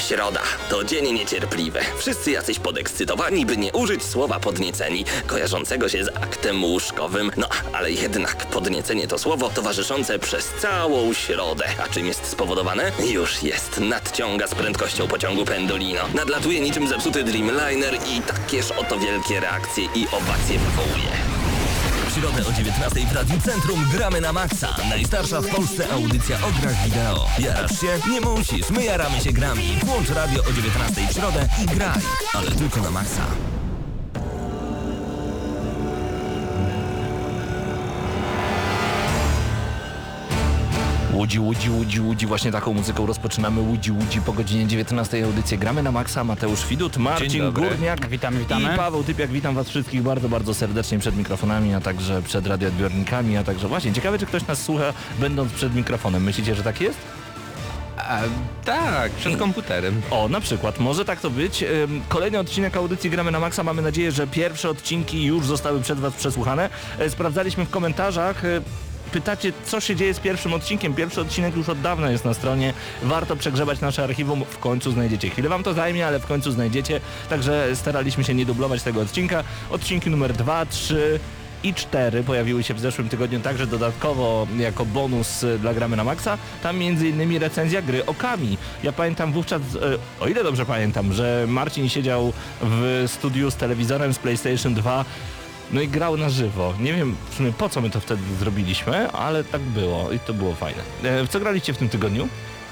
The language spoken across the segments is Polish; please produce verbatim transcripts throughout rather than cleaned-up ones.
Środa to dzień niecierpliwy. Wszyscy jacyś podekscytowani, by nie użyć słowa podnieceni, kojarzącego się z aktem łóżkowym. No, ale jednak podniecenie to słowo towarzyszące przez całą środę. A czym jest spowodowane? Już jest. Nadciąga z prędkością pociągu Pendolino. Nadlatuje niczym zepsuty Dreamliner i takież oto wielkie reakcje i owacje wywołuje. W środę o dziewiętnastej w Radiu Centrum gramy na maksa. Najstarsza w Polsce audycja o grach wideo. Jarasz się? Nie musisz. My jaramy się grami. Włącz radio o dziewiętnastej w środę i graj. Ale tylko na maksa. Łudzi, łudzi, łudzi, łudzi. Właśnie taką muzyką rozpoczynamy Łudzi, łudzi po godzinie dziewiętnastej audycję. Gramy na maksa. Mateusz Widut, Marcin Górniak. Witamy, witamy. I Paweł Typiak. Witam was wszystkich bardzo, bardzo serdecznie przed mikrofonami, a także przed radioodbiornikami, a także właśnie ciekawe, czy ktoś nas słucha będąc przed mikrofonem. Myślicie, że tak jest? A, tak, przed komputerem. O, na przykład, może tak to być. Kolejny odcinek audycji Gramy na maksa. Mamy nadzieję, że pierwsze odcinki już zostały przed was przesłuchane. Sprawdzaliśmy w komentarzach. Pytacie, co się dzieje z pierwszym odcinkiem. Pierwszy odcinek już od dawna jest na stronie. Warto przegrzebać nasze archiwum. W końcu znajdziecie. Chwilę wam to zajmie, ale w końcu znajdziecie. Także staraliśmy się nie dublować tego odcinka. Odcinki numer dwa, trzy i cztery pojawiły się w zeszłym tygodniu także dodatkowo jako bonus dla Gramy na maksa. Tam między innymi recenzja gry Okami. Ja pamiętam wówczas, o ile dobrze pamiętam, że Marcin siedział w studiu z telewizorem z PlayStation dwa. No i grał na żywo. Nie wiem w sumie po co my to wtedy zrobiliśmy, ale tak było i to było fajne. E, w co graliście w tym tygodniu?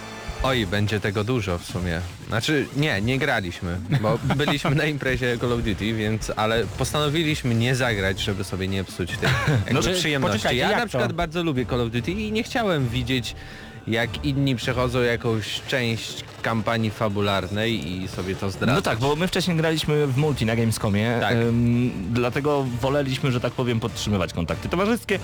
Oj, będzie tego dużo w sumie. Znaczy, nie, nie graliśmy, bo byliśmy na imprezie Call of Duty, więc, ale postanowiliśmy nie zagrać, żeby sobie nie psuć tej No, jakby przyjemności. poczekajcie, Ja jak na przykład to? bardzo lubię Call of Duty i nie chciałem widzieć, jak inni przechodzą jakąś część kampanii fabularnej i sobie to zdradzać. No tak, bo my wcześniej graliśmy w multi na Gamescomie, Tak. ym, dlatego woleliśmy, że tak powiem, podtrzymywać kontakty towarzyskie.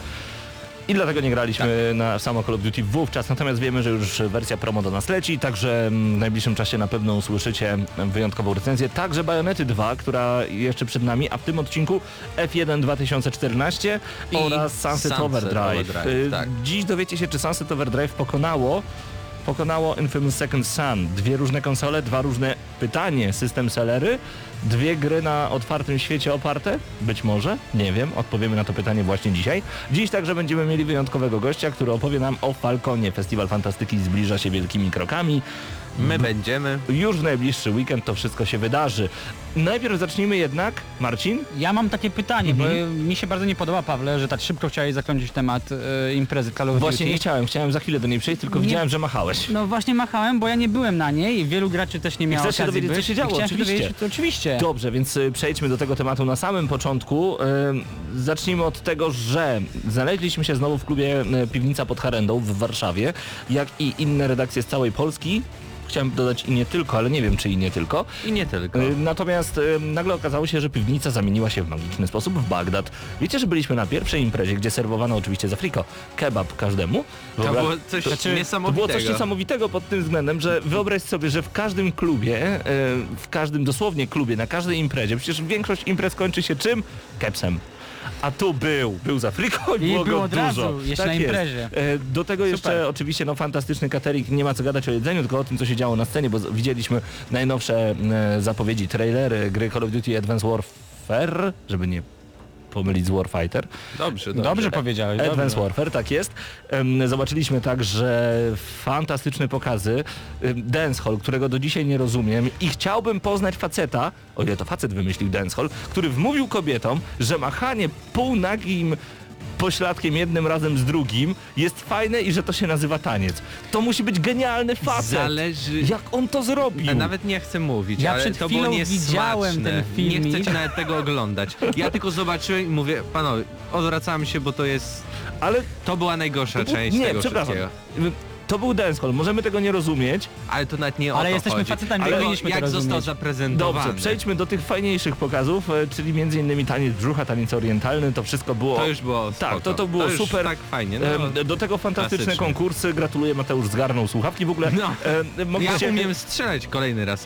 I dlatego nie graliśmy tak. na samo Call of Duty wówczas, natomiast wiemy, że już wersja promo do nas leci, także w najbliższym czasie na pewno usłyszycie wyjątkową recenzję. Także Bayonety dwa, która jeszcze przed nami, a w tym odcinku F jeden dwa tysiące czternaście I oraz Sunset, Sunset Overdrive. Overdrive, tak. Dziś dowiecie się, czy Sunset Overdrive pokonało Pokonało Infamous Second Son. Dwie różne konsole, dwa różne pytanie, system sellery, dwie gry na otwartym świecie oparte? Być może, nie wiem, odpowiemy na to pytanie właśnie dzisiaj. Dziś także będziemy mieli wyjątkowego gościa, który opowie nam o Falconie. Festiwal Fantastyki zbliża się wielkimi krokami. My będziemy. Już w najbliższy weekend to wszystko się wydarzy. Najpierw zacznijmy jednak, Marcin? Ja mam takie pytanie, Mhm. bo mi się bardzo nie podoba, Pawle, że tak szybko chciałeś zakończyć temat e, imprezy Call of Duty. Właśnie nie chciałem, chciałem za chwilę do niej przejść, tylko Nie- widziałem, że machałeś. No właśnie machałem, bo ja nie byłem na niej i wielu graczy też nie miało chcesz się okazji dowiedzieć, co być. się działo, I chciałem się oczywiście. dowiedzieć, to oczywiście. Dobrze, więc y, przejdźmy do tego tematu na samym początku. Y, zacznijmy od tego, że znaleźliśmy się znowu w klubie y, Piwnica pod Harendą w Warszawie, jak i inne redakcje z całej Polski. Chciałem dodać i nie tylko, ale nie wiem czy i nie tylko. I nie tylko. Y, Natomiast y, nagle okazało się, że piwnica zamieniła się w magiczny sposób w Bagdad. Wiecie, że byliśmy na pierwszej imprezie, gdzie serwowano oczywiście za friko kebab każdemu. To Wyobra- było coś to, to było niesamowitego. coś niesamowitego pod tym względem, że wyobraź sobie, że w każdym klubie, y, w każdym dosłownie klubie, na każdej imprezie, przecież większość imprez kończy się czym? Kepsem. A tu był, był za friko i, I było było go od dużo. razu, jeszcze na jest. imprezie. E, Do tego jeszcze Super. oczywiście no fantastyczny catering, nie ma co gadać o jedzeniu, tylko o tym co się działo na scenie, bo z- widzieliśmy najnowsze e, zapowiedzi, trailery gry Call of Duty Advanced Warfare, żeby nie pomylić z Warfighter. Dobrze, dobrze. Dobrze powiedziałeś, Advanced dobrze. Warfare, tak jest. Em, Zobaczyliśmy także fantastyczne pokazy. em, Dancehall, którego do dzisiaj nie rozumiem i chciałbym poznać faceta, o ile to facet wymyślił dancehall, który wmówił kobietom, że machanie półnagim pośladkiem jednym razem z drugim jest fajne i że to się nazywa taniec. To musi być genialny facet. Zależy... Jak on to zrobił? Ja nawet nie chcę mówić, Ja ale przed to było chwilą niesmaczne. widziałem ten filmik. Nie chcecie nawet tego oglądać. Ja tylko zobaczyłem i mówię, panowie, odwracamy się, bo to jest... Ale To była najgorsza to był- część nie, tego przepraszam. wszystkiego. To był dancehall, możemy tego nie rozumieć. Ale to nawet nie o Ale to jesteśmy chodzi. facetami, Ale powinniśmy to jak został rozumieć. zaprezentowany. Dobrze, przejdźmy do tych fajniejszych pokazów, e, czyli między innymi taniec brzucha, taniec orientalny, to wszystko było... To już było Tak, spoko. to, to było już super. tak fajnie. No, Em, Do tego fantastyczne klasycznie. konkursy, gratuluję, Mateusz zgarnął słuchawki w ogóle. No. E, ja mogliście- umiem strzelać kolejny raz.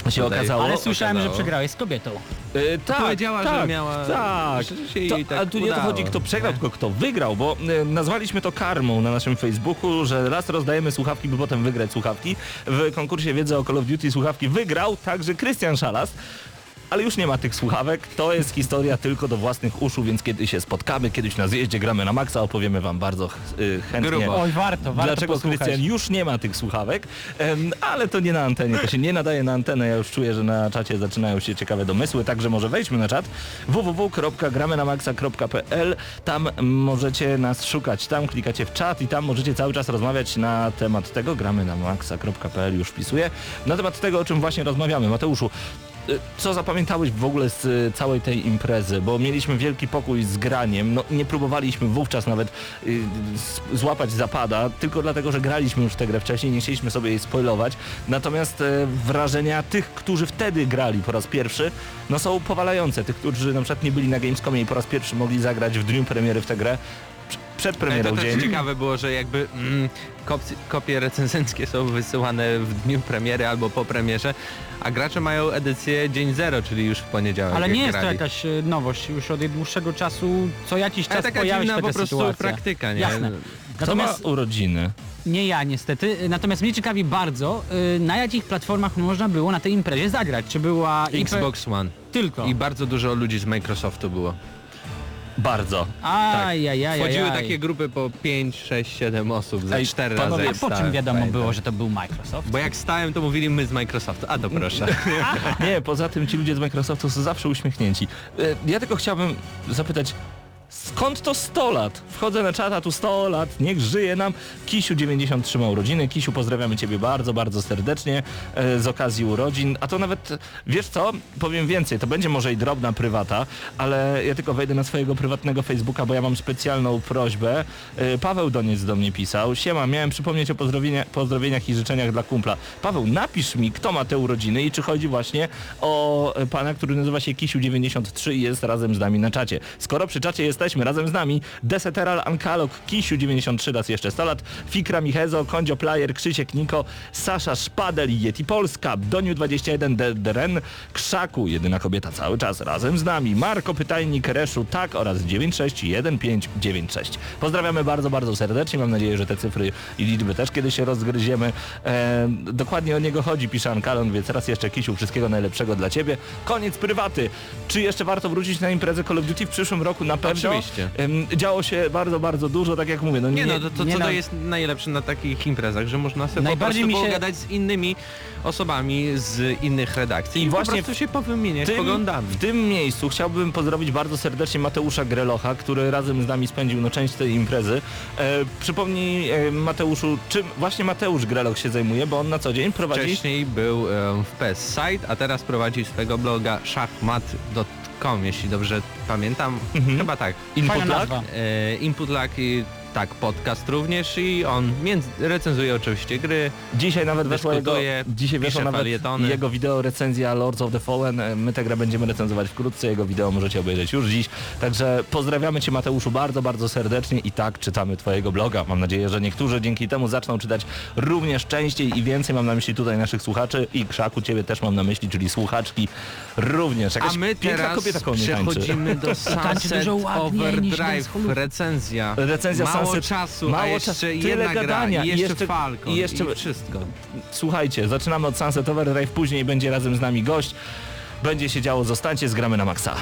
się Tutaj. okazało. Ale słyszałem, okazało. że przegrałeś z kobietą. E, tak, Powiedziała, że tak, miała- Tak, że się jej to, tak ale tu nie o to udało, chodzi, kto przegrał, nie? tylko kto wygrał, bo e, nazwaliśmy to karmą na naszym Facebooku, że raz rozdajemy słuchawki, by potem wygrać słuchawki. W konkursie wiedzy o Call of Duty słuchawki wygrał także Krystian Szalas. Ale już nie ma tych słuchawek, to jest historia tylko do własnych uszu, więc kiedy się spotkamy, kiedyś na zjeździe gramy na maksa, opowiemy wam bardzo y, chętnie. Grubo. Oj, warto, warto Dlaczego posłuchać. Krystian już nie ma tych słuchawek, em, ale to nie na antenie, to się nie nadaje na antenę, ja już czuję, że na czacie zaczynają się ciekawe domysły, także może wejdźmy na czat w w w kropka gramy na maxa kropka p l, tam możecie nas szukać, tam klikacie w czat i tam możecie cały czas rozmawiać na temat tego, gramy na maxa kropka p l już wpisuję, na temat tego, o czym właśnie rozmawiamy. Mateuszu, co zapamiętałeś w ogóle z y, całej tej imprezy? Bo mieliśmy wielki pokój z graniem, no nie próbowaliśmy wówczas nawet y, z, złapać zapada, tylko dlatego, że graliśmy już tę grę wcześniej, nie chcieliśmy sobie jej spoilować. Natomiast y, wrażenia tych, którzy wtedy grali po raz pierwszy, no są powalające. Tych, którzy na przykład nie byli na Gamescomie i po raz pierwszy mogli zagrać w dniu premiery w tę grę, przed premierą To też dzień. ciekawe było, że jakby mm, kopie, kopie recenzenckie są wysyłane w dniu premiery albo po premierze, a gracze mają edycję dzień zero, czyli już w poniedziałek. Ale jak nie jest to grali. jakaś e, nowość. Już od dłuższego czasu, co jakiś Ale czas taka pojawia się dziwna taka po prostu sytuacja. praktyka, nie? Jasne. Kto ma Natomiast urodziny? nie ja niestety, natomiast mnie ciekawi bardzo, y, na jakich platformach można było na tej imprezie zagrać. Czy była impe- Xbox One. Tylko. I bardzo dużo ludzi z Microsoftu było. Bardzo. Ajajajaj. Wchodziły takie grupy po pięć, sześć, siedem osób za Ej, cztery panowie, razy. A jak po czym stałem, wiadomo pamiętam. było, że to był Microsoft? Bo jak stałem, to mówili my z Microsoftu. A to proszę. Nie, poza tym ci ludzie z Microsoftu są zawsze uśmiechnięci. E, Ja tylko chciałbym zapytać, skąd to sto lat? Wchodzę na czata, tu sto lat, niech żyje nam. Kisiu dziewięćdziesiąt trzy ma urodziny. Kisiu, pozdrawiamy ciebie bardzo, bardzo serdecznie e, z okazji urodzin. A to nawet, wiesz co, powiem więcej, to będzie może i drobna prywata, ale ja tylko wejdę na swojego prywatnego Facebooka, bo ja mam specjalną prośbę. E, Paweł Doniec do mnie pisał. Siema, miałem przypomnieć o pozdrowienia, pozdrowieniach i życzeniach dla kumpla. Paweł, napisz mi, kto ma te urodziny i czy chodzi właśnie o e, pana, który nazywa się Kisiu dziewięćdziesiąt trzy i jest razem z nami na czacie. Skoro przy czacie jesteśmy, razem z nami Deseteral, Ankalog, Kisiu dziewięćdziesiąt trzy, raz jeszcze sto lat, Fikra Michezo, Kondzio Player, Krzysiek Niko, Sasza Szpadel, Yeti Polska, Doniu dwadzieścia jeden, Deren, Krzaku, jedyna kobieta cały czas razem z nami, Marko Pytajnik, Reszu, Tak oraz dziewięć sześć jeden pięć dziewięć sześć. Pozdrawiamy bardzo, bardzo serdecznie, mam nadzieję, że te cyfry i liczby też kiedyś się rozgryziemy. E, dokładnie o niego chodzi, pisze Ankalon, więc raz jeszcze Kisiu, wszystkiego najlepszego dla ciebie. Koniec prywaty. Czy jeszcze warto wrócić na imprezę Call of Duty w przyszłym roku? Na pewno. Oczywiście. Em, działo się bardzo, bardzo dużo, tak jak mówię. No Nie no, to, to nie co na- to jest najlepsze na takich imprezach, że można sobie Najbardziej po mi prostu się- pogadać z innymi osobami z innych redakcji I i, właśnie po prostu w się powymieniać tym, poglądami. w tym miejscu chciałbym pozdrowić bardzo serdecznie Mateusza Grelocha, który razem z nami spędził no, część tej imprezy. E, przypomnij e, Mateuszu, czym właśnie Mateusz Greloch się zajmuje, bo on na co dzień prowadzi... Wcześniej był em, w P S Site, a teraz prowadzi swego bloga szachmat kropka com, jeśli dobrze pamiętam. Mhm. Chyba tak. Input Fajna lag? nazwa. E, Input Lag i tak, podcast również i on między, recenzuje oczywiście gry. Dzisiaj nawet weszła jego, Dyskutuje, dzisiaj weszła pisze nawet felietony. jego wideo recenzja Lords of the Fallen. My tę grę będziemy recenzować wkrótce, jego wideo możecie obejrzeć już dziś. Także pozdrawiamy cię Mateuszu bardzo, bardzo serdecznie i tak czytamy twojego bloga. Mam nadzieję, że niektórzy dzięki temu zaczną czytać również częściej i więcej. Mam na myśli tutaj naszych słuchaczy i Krzaku, ciebie też mam na myśli, czyli słuchaczki również. Jakaś A my piękna teraz kobieta koło mnie tańczy. przechodzimy do Tańczy Sunset dużo ładniej niż Overdrive, Dancehallu. recenzja. Recenzja Mało Sunset. czasu, Mało a jeszcze czasu, tyle jedna gra gadania i i jeszcze, jeszcze- Falcon i i, jeszcze- wszystko. Słuchajcie, zaczynamy od Sunset Overdrive, później będzie razem z nami gość. Będzie się działo, zostańcie, zgramy na maksa.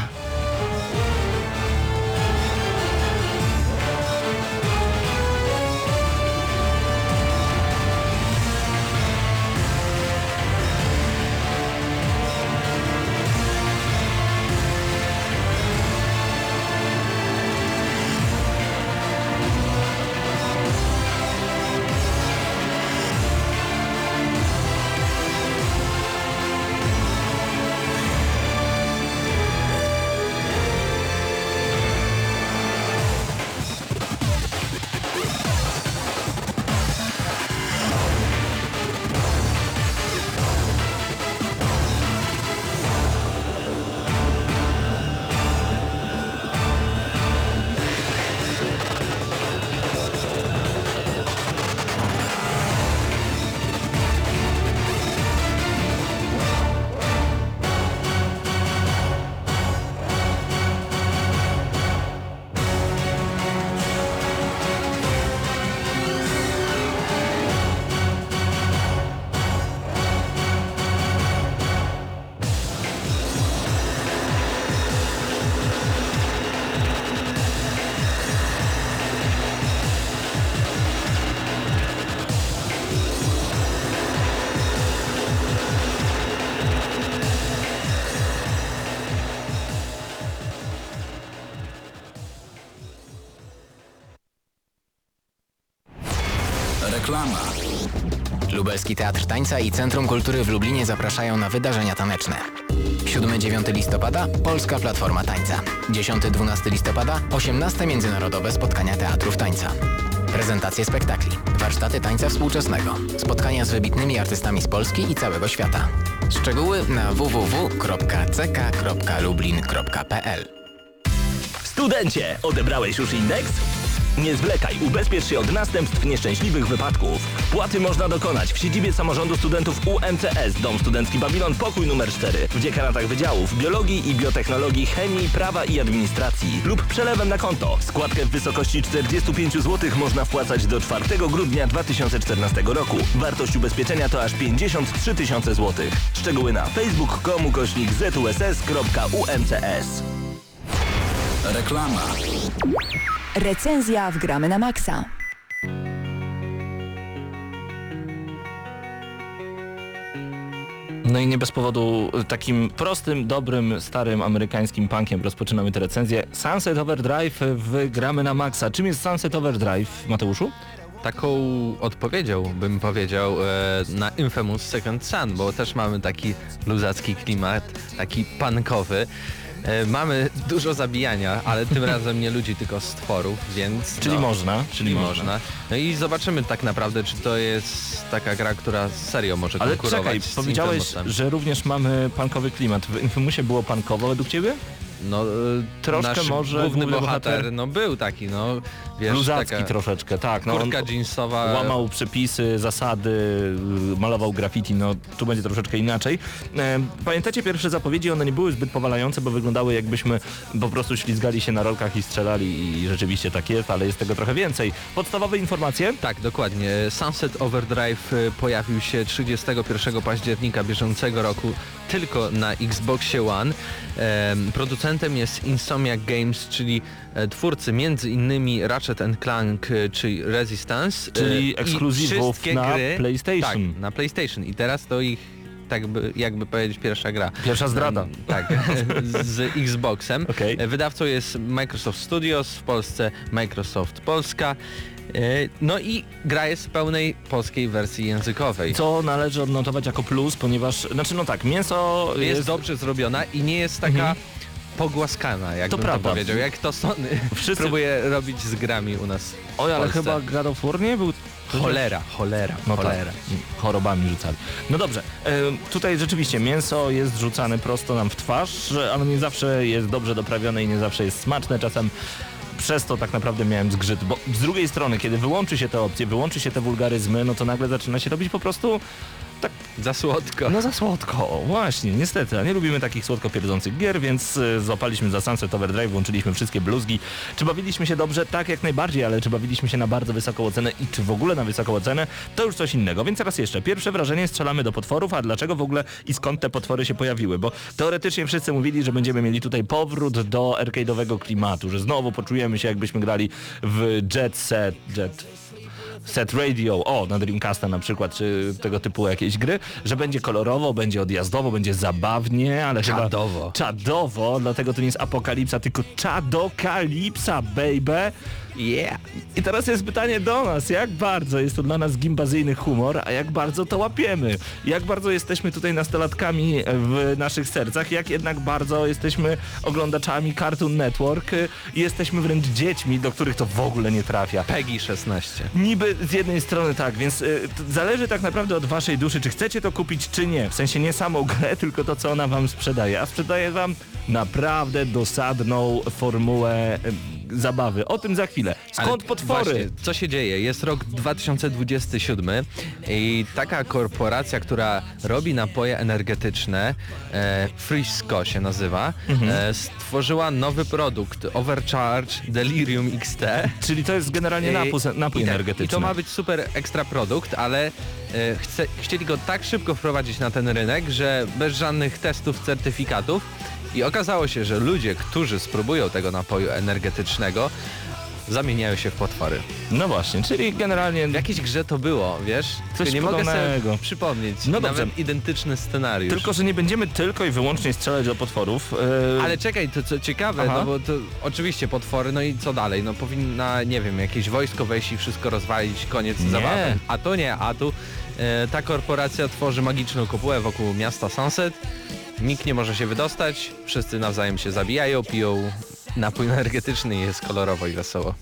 Reklama. Lubelski Teatr Tańca i Centrum Kultury w Lublinie zapraszają na wydarzenia taneczne. siódmego do dziewiątego listopada Polska Platforma Tańca. dziesiątego do dwunastego listopada osiemnaste Międzynarodowe Spotkania Teatrów Tańca. Prezentacje spektakli, warsztaty tańca współczesnego, spotkania z wybitnymi artystami z Polski i całego świata. Szczegóły na w w w kropka c k kropka lublin kropka p l. Studencie, odebrałeś już indeks? Nie zwlekaj, ubezpiecz się od następstw nieszczęśliwych wypadków. Płaty można dokonać w siedzibie Samorządu Studentów U M C S, Dom Studencki Babilon, pokój numer cztery, w dziekanatach wydziałów Biologii i Biotechnologii, Chemii, Prawa i Administracji lub przelewem na konto. Składkę w wysokości czterdzieści pięć złotych można wpłacać do czwartego grudnia dwa tysiące czternastego roku. Wartość ubezpieczenia to aż pięćdziesiąt trzy tysiące złotych. Szczegóły na facebook kropka com ukośnik z u s s kropka u m c s. Reklama. Recenzja w Gramy na Maxa. No i nie bez powodu takim prostym, dobrym, starym amerykańskim punkiem rozpoczynamy tę recenzję. Sunset Overdrive w Gramy na Maxa. Czym jest Sunset Overdrive, Mateuszu? Taką odpowiedzią bym powiedział e, na Infamous Second Son, bo też mamy taki luzacki klimat, taki punkowy. E, mamy dużo zabijania, ale tym razem nie ludzi, tylko stworów, więc... Czyli no, można. Czyli można. No i zobaczymy tak naprawdę, czy to jest taka gra, która serio może Ale konkurować czekaj, z powiedziałeś, Infamousem. że również mamy punkowy klimat. W Infamusie było punkowo według ciebie? No, e, Troszkę nasz może główny główny bohater, bohater, no był taki, no wiesz, Luzacki taka troszeczkę, tak. No, kurka on jeansowa. łamał przepisy, zasady, y, malował graffiti, no tu będzie troszeczkę inaczej. E, pamiętacie pierwsze zapowiedzi? One nie były zbyt powalające, bo wyglądały jakbyśmy po prostu ślizgali się na rolkach i strzelali i rzeczywiście tak jest, ale jest tego trochę więcej. Podstawowe informacje? Tak, dokładnie. Sunset Overdrive y, pojawił się trzydziestego pierwszego października bieżącego roku tylko na Xboxie One. E, producentem jest Insomniac Games, czyli e, twórcy między innymi Ratchet and Clank e, czy Resistance. Czyli e, ekskluzywów wszystkie na gry, PlayStation. Tak, na PlayStation. I teraz to ich tak by, jakby powiedzieć pierwsza gra. Pierwsza zdrada. Mm, Tak, z Xboxem. Okej. E, Wydawcą jest Microsoft Studios, w Polsce Microsoft Polska. E, No i gra jest w pełnej polskiej wersji językowej. Co należy odnotować jako plus, ponieważ, znaczy no tak, mięso Jest, jest, dobrze zrobiona i nie jest taka Mhm. pogłaskana, jak To bym prawda. to powiedział. Jak to Sony Wszyscy- próbuje robić z grami u nas. Oj, ale Polsce. chyba God of War nie był... Cholera, cholera, No cholera. tak, chorobami rzucali. No dobrze, e, tutaj rzeczywiście mięso jest rzucane prosto nam w twarz, ono nie zawsze jest dobrze doprawione i nie zawsze jest smaczne, czasem przez to tak naprawdę miałem zgrzyt, bo z drugiej strony, kiedy wyłączy się te opcje, wyłączy się te wulgaryzmy, no to nagle zaczyna się robić po prostu tak, Za słodko. no za słodko, właśnie, niestety, a nie lubimy takich słodko pierdzących gier, więc y, złapaliśmy za Sunset Overdrive, włączyliśmy wszystkie bluzgi. Czy bawiliśmy się dobrze? Tak, jak najbardziej, ale czy bawiliśmy się na bardzo wysoką ocenę i czy w ogóle na wysoką ocenę? To już coś innego, więc raz jeszcze, pierwsze wrażenie, strzelamy do potworów, a dlaczego w ogóle i skąd te potwory się pojawiły? Bo teoretycznie wszyscy mówili, że będziemy mieli tutaj powrót do arcade'owego klimatu, że znowu poczujemy się, jakbyśmy grali w Jet Set, Jet... Set Radio, o, na Dreamcasta na przykład, czy tego typu jakieś gry, że będzie kolorowo, będzie odjazdowo, będzie zabawnie, ale Czadowo. chyba... Czadowo, dlatego to nie jest apokalipsa, tylko czadokalipsa, baby. Yeah. I teraz jest pytanie do nas, jak bardzo jest to dla nas gimbazyjny humor, a jak bardzo to łapiemy? Jak bardzo jesteśmy tutaj nastolatkami w naszych sercach, jak jednak bardzo jesteśmy oglądaczami Cartoon Network i jesteśmy wręcz dziećmi, do których to w ogóle nie trafia. Peggy szesnaście. Niby z jednej strony tak, więc y, t- zależy tak naprawdę od waszej duszy, czy chcecie to kupić, czy nie. W sensie nie samą grę, tylko to, co ona wam sprzedaje. A sprzedaje wam naprawdę dosadną formułę y, zabawy. O tym za chwilę. Skąd Ale potwory? Właśnie, co się dzieje? Jest rok dwa tysiące dwudziesty siódmy i taka korporacja, która robi napoje energetyczne, e, Frisco się nazywa, Mhm. e, stworzyła nowy produkt, Overcharge Delirium X T. Czyli to jest generalnie napój, napój I, tak, energetyczny. I to ma być super ekstra produkt, ale e, chce, chcieli go tak szybko wprowadzić na ten rynek, że bez żadnych testów, certyfikatów. I okazało się, że ludzie, którzy spróbują tego napoju energetycznego, zamieniają się w potwory. No właśnie, czyli generalnie... W jakiejś grze to było, wiesz? Coś Tylko nie mogę podobnego. sobie przypomnieć. No Nawet dobrze. identyczny scenariusz. Tylko, że nie będziemy tylko i wyłącznie strzelać do potworów. Yy... Ale czekaj, to co ciekawe, Aha. no bo to oczywiście potwory, no i co dalej? No powinna, nie wiem, jakieś wojsko wejść i wszystko rozwalić, koniec Nie. zabawy. A to nie, a tu e, ta korporacja tworzy magiczną kopułę wokół miasta Sunset. Nikt nie może się wydostać, wszyscy nawzajem się zabijają, piją napój energetyczny i jest kolorowo i wesoło.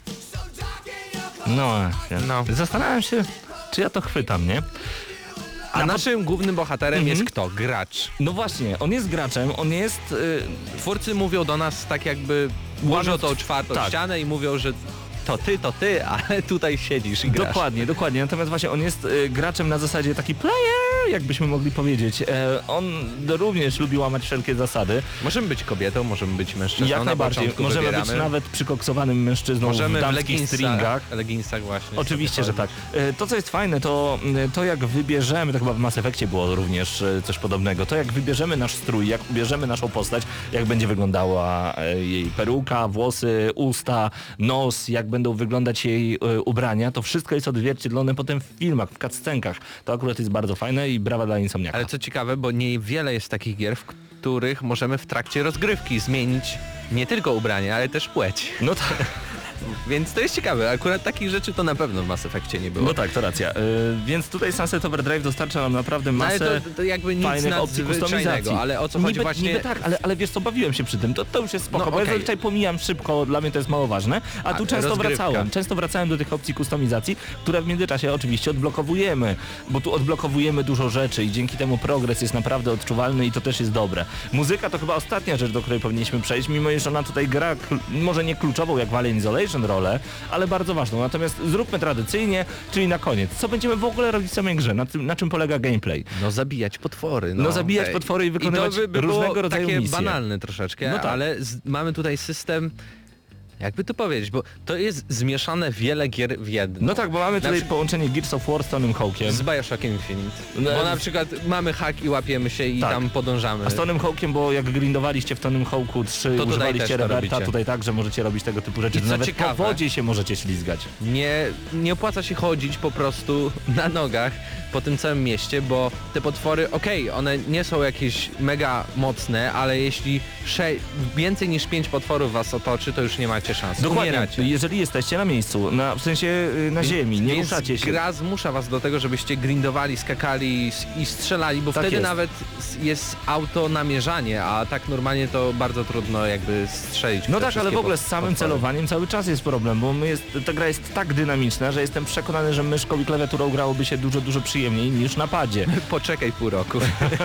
No właśnie. No. Zastanawiam się, czy ja to chwytam, nie? A Na naszym głównym bohaterem Mhm. jest kto? Gracz. No właśnie, on jest graczem, on jest... Yy... Twórcy mówią do nas tak jakby łożą Łamiąc- tą czwartą tak. ścianę i mówią, że to ty, to ty, ale tutaj siedzisz i grasz. Dokładnie, dokładnie. Natomiast właśnie on jest y, graczem na zasadzie taki player, jakbyśmy mogli powiedzieć. E, on również lubi łamać wszelkie zasady. Możemy być kobietą, możemy być mężczyzną. Jak na najbardziej. początku Możemy wybieramy. być nawet przykoksowanym mężczyzną Możemy w w damskich leginsach, stringach. leginsach właśnie. Oczywiście, sobie że tak. E, To, co jest fajne, to to jak wybierzemy, to chyba w Mass Effectie było również e, coś podobnego, to jak wybierzemy nasz strój, jak ubierzemy naszą postać, jak będzie wyglądała e, jej peruka, włosy, usta, nos, jak będą wyglądać jej e, ubrania, to wszystko jest odzwierciedlone potem w filmach, w cutscenkach. To akurat jest bardzo fajne i brawa dla Insomniaka. Ale co ciekawe, bo niewiele jest takich gier, w których możemy w trakcie rozgrywki zmienić nie tylko ubranie, ale też płeć. No tak. Więc to jest ciekawe. Akurat takich rzeczy to na pewno w Mass Effectie nie było. No tak, to racja. Yy, więc tutaj Sunset Overdrive dostarcza nam naprawdę No masę ale to, to jakby nic fajnych opcji kustomizacji. nadzwyczajnego, ale o co chodzi niby, właśnie... Niby tak, ale, ale wiesz co, bawiłem się przy tym, to, to już jest spoko, No, bo ja okej. zazwyczaj pomijam szybko, dla mnie to jest mało ważne, a tu A, często rozgrywka. wracałem, często wracałem do tych opcji kustomizacji, które w międzyczasie oczywiście odblokowujemy, bo tu odblokowujemy dużo rzeczy i dzięki temu progres jest naprawdę odczuwalny i to też jest dobre. Muzyka to chyba ostatnia rzecz, do której powinniśmy przejść, mimo iż ona tutaj gra, kl- może nie kluczową jak w Alien Isolation rolę, ale bardzo ważną. Natomiast zróbmy tradycyjnie, czyli na koniec. Co będziemy w ogóle robić w samej grze? Na, tym, na czym polega gameplay? No zabijać potwory. No, No, zabijać Ej. potwory i wykonywać I to by, by różnego było rodzaju takie misje. banalne troszeczkę, No tak. ale z, mamy tutaj system, jakby to powiedzieć, bo to jest zmieszane wiele gier w jedno. No tak, bo mamy tutaj Znaczy- połączenie Gears of War z Tonym Hawkiem. Z Bioshockiem Infinite. No, Bo na przykład mamy hak i łapiemy się i Tak. tam podążamy. A z Tonym Hawkiem, bo jak grindowaliście w Tonym Hawku trzy, To tutaj używaliście też to rewerta, robicie. tutaj także możecie robić tego typu rzeczy. I co Nawet ciekawe- po wodzie się możecie ślizgać. Nie, nie opłaca się chodzić po prostu na nogach po tym całym mieście, bo te potwory, okej, one nie są jakieś mega mocne, ale jeśli sze- więcej niż pięć potworów was otoczy, to już nie macie szans. Dokładnie, Umieracie. jeżeli jesteście na miejscu, na, w sensie y, na ziemi, nie Więc ruszacie się. gra zmusza was do tego, żebyście grindowali, skakali s- i strzelali, bo Tak wtedy jest. nawet s- jest auto namierzanie, a tak normalnie to bardzo trudno jakby strzelić. w No te tak, ale wszystkie w ogóle pot- z samym potwory. celowaniem cały czas jest problem, bo my jest, ta gra jest tak dynamiczna, że jestem przekonany, że myszką i klawiaturą grałoby się dużo, dużo przyjemniej niż na padzie. Poczekaj pół roku.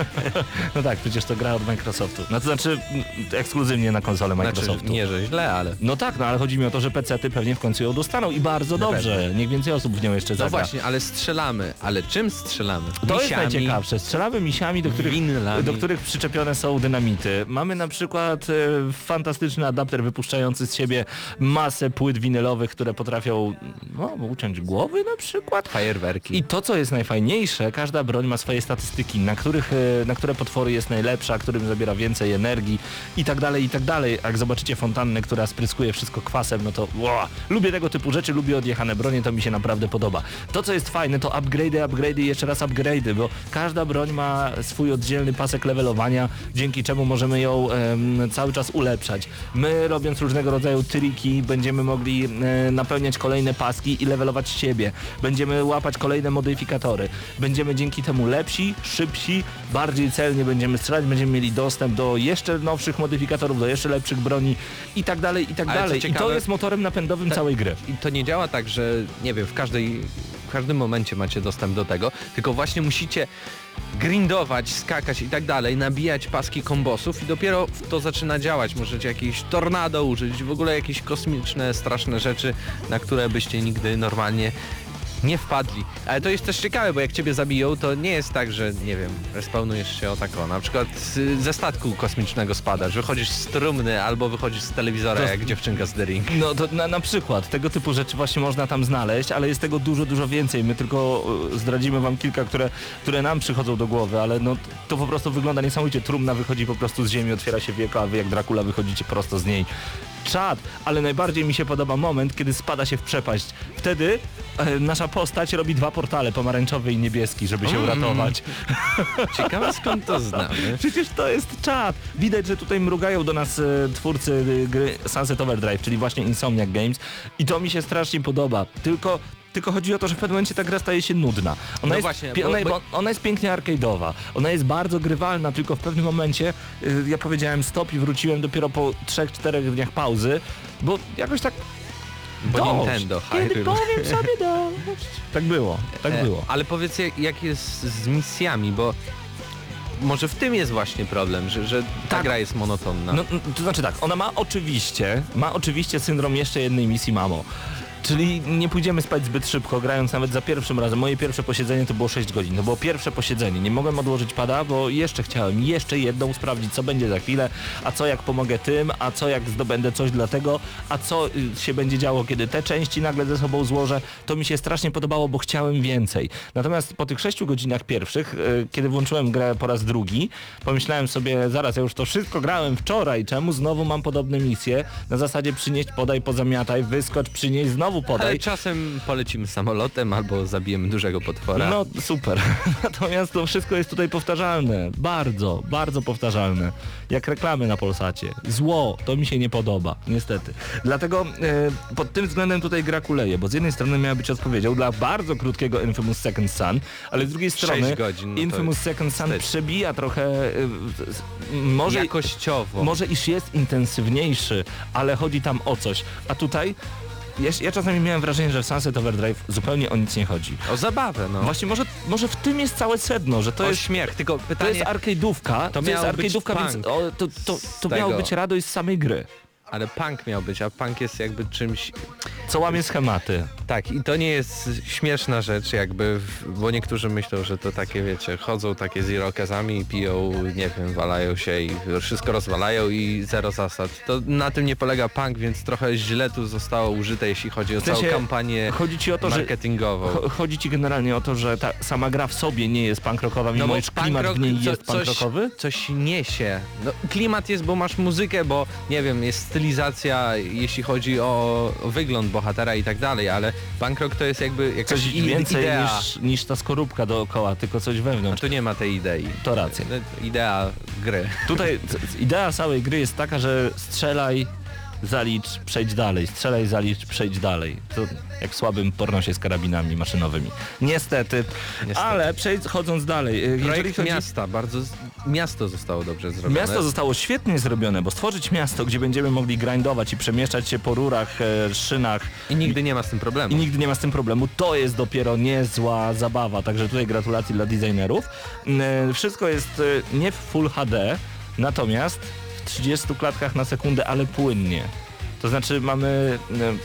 No tak, przecież to gra od Microsoftu. No to znaczy mm, ekskluzywnie na konsolę Znaczy, Microsoftu. nie, że źle, ale... No tak, no ale chodzi mi o to, że pecety pewnie w końcu ją dostaną i bardzo Na dobrze. pewno. Niech więcej osób w nią jeszcze No zagra. właśnie, ale strzelamy. Ale czym strzelamy? To jest Misiami, najciekawsze. Strzelamy misiami, do których, winlami. do których przyczepione są dynamity. Mamy na przykład e, fantastyczny adapter wypuszczający z siebie masę płyt winylowych, które potrafią no, uciąć głowy na przykład. Fajerwerki. I to, co jest najfajniejsze, każda broń ma swoje statystyki, na, których, e, na które potwory jest najlepsza, którym zabiera więcej energii i tak dalej, i tak dalej. Jak zobaczycie fontannę, która spryskuje wszystko kwasem, no to wow, lubię tego typu rzeczy, lubię odjechane bronie, to mi się naprawdę podoba. To, co jest fajne, to upgrade'y, upgrade'y i jeszcze raz upgrade'y, bo każda broń ma swój oddzielny pasek levelowania, dzięki czemu możemy ją em, cały czas ulepszać. My, robiąc różnego rodzaju triki, będziemy mogli e, napełniać kolejne paski i levelować siebie. Będziemy łapać kolejne modyfikatory. Będziemy dzięki temu lepsi, szybsi, bardziej celnie będziemy strzelać, będziemy mieli dostęp do jeszcze nowszych modyfikatorów, do jeszcze lepszych broni i tak dalej, i tak Ale co dalej. I to ciekawe- jest motorem napędowym całej gry. I to nie działa tak, że nie wiem, w każdej, w każdym momencie macie dostęp do tego, tylko właśnie musicie grindować, skakać i tak dalej, nabijać paski kombosów i dopiero to zaczyna działać. Możecie jakieś tornado użyć, w ogóle jakieś kosmiczne, straszne rzeczy, na które byście nigdy normalnie nie wpadli. Ale to jest też ciekawe, bo jak ciebie zabiją, to nie jest tak, że nie wiem, respawnujesz się o tak o, na przykład z, ze statku kosmicznego spadasz, wychodzisz z trumny albo wychodzisz z telewizora To- jak dziewczynka z The Ring. No to na, na przykład tego typu rzeczy właśnie można tam znaleźć, ale jest tego dużo, dużo więcej. My tylko e, zdradzimy wam kilka, które, które nam przychodzą do głowy, ale no to po prostu wygląda niesamowicie. Trumna wychodzi po prostu z ziemi, otwiera się wieko, a wy jak Dracula wychodzicie prosto z niej. Czad, ale najbardziej mi się podoba moment, kiedy spada się w przepaść. Wtedy e, nasza postać robi dwa portale, pomarańczowy i niebieski, żeby się Mm. uratować. Ciekawe skąd to znamy. Przecież to jest czad. Widać, że tutaj mrugają do nas e, twórcy e, gry Sunset Overdrive, czyli właśnie Insomniac Games i to mi się strasznie podoba. Tylko Tylko chodzi o to, że w pewnym momencie ta gra staje się nudna. Ona, No jest, właśnie, pi- bo- ona, bo- bo... ona jest pięknie arcade'owa. Ona jest bardzo grywalna, tylko w pewnym momencie y, ja powiedziałem stop i wróciłem dopiero po trzech czterech dniach pauzy, bo jakoś tak Bo dość. Nintendo, Kiedy Hyrule. powiem sobie dość. Tak było, tak E, było. Ale powiedz jak, jak jest z misjami, bo może w tym jest właśnie problem, że, że ta Tak. gra jest monotonna. No, no, to znaczy tak, ona ma oczywiście, ma oczywiście syndrom jeszcze jednej misji mamo. Czyli nie pójdziemy spać zbyt szybko, grając nawet za pierwszym razem. Moje pierwsze posiedzenie to było sześć godzin. To było pierwsze posiedzenie. Nie mogłem odłożyć pada, bo jeszcze chciałem jeszcze jedną sprawdzić, co będzie za chwilę, a co jak pomogę tym, a co jak zdobędę coś dla tego, a co y, się będzie działo, kiedy te części nagle ze sobą złożę. To mi się strasznie podobało, bo chciałem więcej. Natomiast po tych sześciu godzinach pierwszych, y, kiedy włączyłem grę po raz drugi, pomyślałem sobie, zaraz, ja już to wszystko grałem wczoraj, czemu znowu mam podobne misje? Na zasadzie przynieść, podaj, pozamiataj, wyskocz, przynieść, znowu podaj. Ale czasem polecimy samolotem albo zabijemy dużego potwora. No super. Natomiast to wszystko jest tutaj powtarzalne. Bardzo, bardzo powtarzalne. Jak reklamy na Polsacie. Zło, to mi się nie podoba, niestety. Dlatego e, pod tym względem tutaj gra kuleje, bo z jednej strony miała być odpowiedzią dla bardzo krótkiego Infamous Second Son, ale z drugiej strony godzin, no to Infamous jest Second Son wstyd. przebija trochę e, e, może Jakościowo. może iż jest intensywniejszy, ale chodzi tam o coś. A tutaj ja, ja czasami miałem wrażenie, że w Sunset Overdrive zupełnie o nic nie chodzi. O zabawę, no. Właśnie może, może w tym jest całe sedno, że to o jest, śmiech, tylko to pytanie, jest arcade'ówka, to, to jest miał być arcade'ówka, więc punk o, to, to, to z miało tego. być radość z samej gry. ale punk miał być, a punk jest jakby czymś... Co łamie schematy. Tak, i to nie jest śmieszna rzecz jakby, w- bo niektórzy myślą, że to takie, wiecie, chodzą takie z irokezami i piją, nie wiem, walają się i wszystko rozwalają i zero zasad. To na tym nie polega punk, więc trochę źle tu zostało użyte, jeśli chodzi o W sensie, całą kampanię Chodzi ci o to, że... marketingową. cho- Chodzi ci generalnie o to, że ta sama gra w sobie nie jest punk rockowa, mimo bo iż punk klimat rock w niej co- jest punk coś, rockowy? coś niesie. No, klimat jest, bo masz muzykę, bo nie wiem, jest stylizacja, jeśli chodzi o, o wygląd bohatera i tak dalej, ale punk rock to jest jakby jakaś Coś i- więcej idea. niż, niż ta skorupka dookoła, tylko coś A wewnątrz. tu nie ma tej idei. To racja. No, idea gry. Tutaj c- c- idea całej gry jest taka, że strzelaj, zalicz, przejdź dalej, strzelaj, zalicz, przejdź dalej. To jak w słabym pornosie z karabinami maszynowymi. Niestety, Niestety. ale przechodząc dalej. y, jeżeli Projekt chodzi- miasta, bardzo... z- Miasto zostało dobrze zrobione. Miasto zostało świetnie zrobione, bo stworzyć miasto, gdzie będziemy mogli grindować i przemieszczać się po rurach, e, szynach I nigdy nie ma z tym problemu. i nigdy nie ma z tym problemu, to jest dopiero niezła zabawa, także tutaj gratulacje dla designerów. E, Wszystko jest e, nie w Full H D, natomiast w trzydziestu klatkach na sekundę, ale płynnie. To znaczy mamy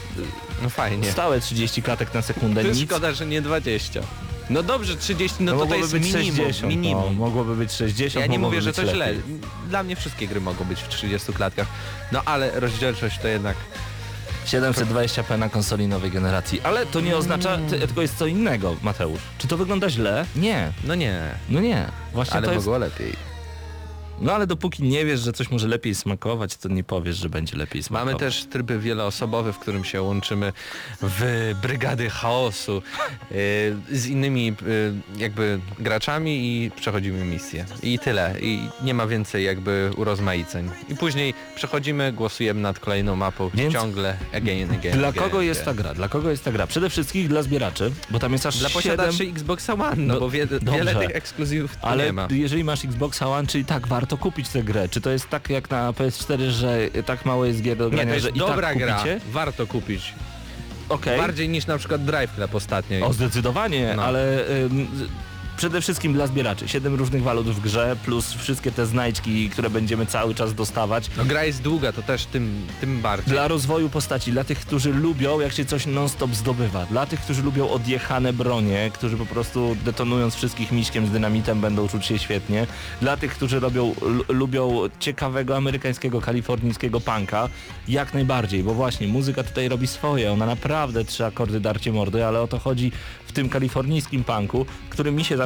No e, fajnie. stałe trzydzieści klatek na sekundę, To nic. szkoda, że nie dwadzieścia. No dobrze, trzydzieści, no, to to mogłoby jest być minimum. sześćdziesiąt, minimum. No, mogłoby być sześćdziesiąt, Ja nie mogłoby mówię, że być to źle. lepiej. Dla mnie wszystkie gry mogą być w trzydziestu klatkach. No ale rozdzielczość to jednak... siedemset dwadzieścia p na konsoli nowej generacji. Ale to nie oznacza, ty, tylko jest co innego, Mateusz. Czy to wygląda źle? Nie. No nie, No nie. Właśnie ale to jest... mogło lepiej. No ale dopóki nie wiesz, że coś może lepiej smakować, to nie powiesz, że będzie lepiej smakować. Mamy też tryby wieloosobowe, w którym się łączymy w brygady chaosu yy, z innymi yy, jakby graczami i przechodzimy misję. I tyle. I nie ma więcej jakby urozmaiceń. I później przechodzimy, głosujemy nad kolejną mapą Więc ciągle again, again, Dla again, kogo jest ta again. gra? Dla kogo jest ta gra? Przede wszystkim dla zbieraczy, bo tam jest aż Dla siedem... posiadaczy Xboxa One, no, No, bo wie, dobrze. wiele tych ekskluzywów tu Ale nie ma. jeżeli masz Xbox One, czyli tak, warto kupić tę grę. Czy to jest tak jak na P S cztery, że tak mało jest gier do Nie, grania, to jest że i dobra tak gra, kupicie? warto kupić. Okej. Bardziej niż na przykład Drive Club ostatnio. O, zdecydowanie, No. ale ym, z- przede wszystkim dla zbieraczy. Siedem różnych walut w grze, plus wszystkie te znajdźki, które będziemy cały czas dostawać. No gra jest długa, to też tym, tym bardziej. Dla rozwoju postaci, dla tych, którzy lubią, jak się coś non-stop zdobywa. Dla tych, którzy lubią odjechane bronie, którzy po prostu detonując wszystkich miśkiem z dynamitem będą czuć się świetnie. Dla tych, którzy robią, l- lubią ciekawego amerykańskiego, kalifornijskiego punka, jak najbardziej, bo właśnie muzyka tutaj robi swoje. Ona naprawdę trzy akordy darcie mordy, ale o to chodzi w tym kalifornijskim punku, który mi się zawsze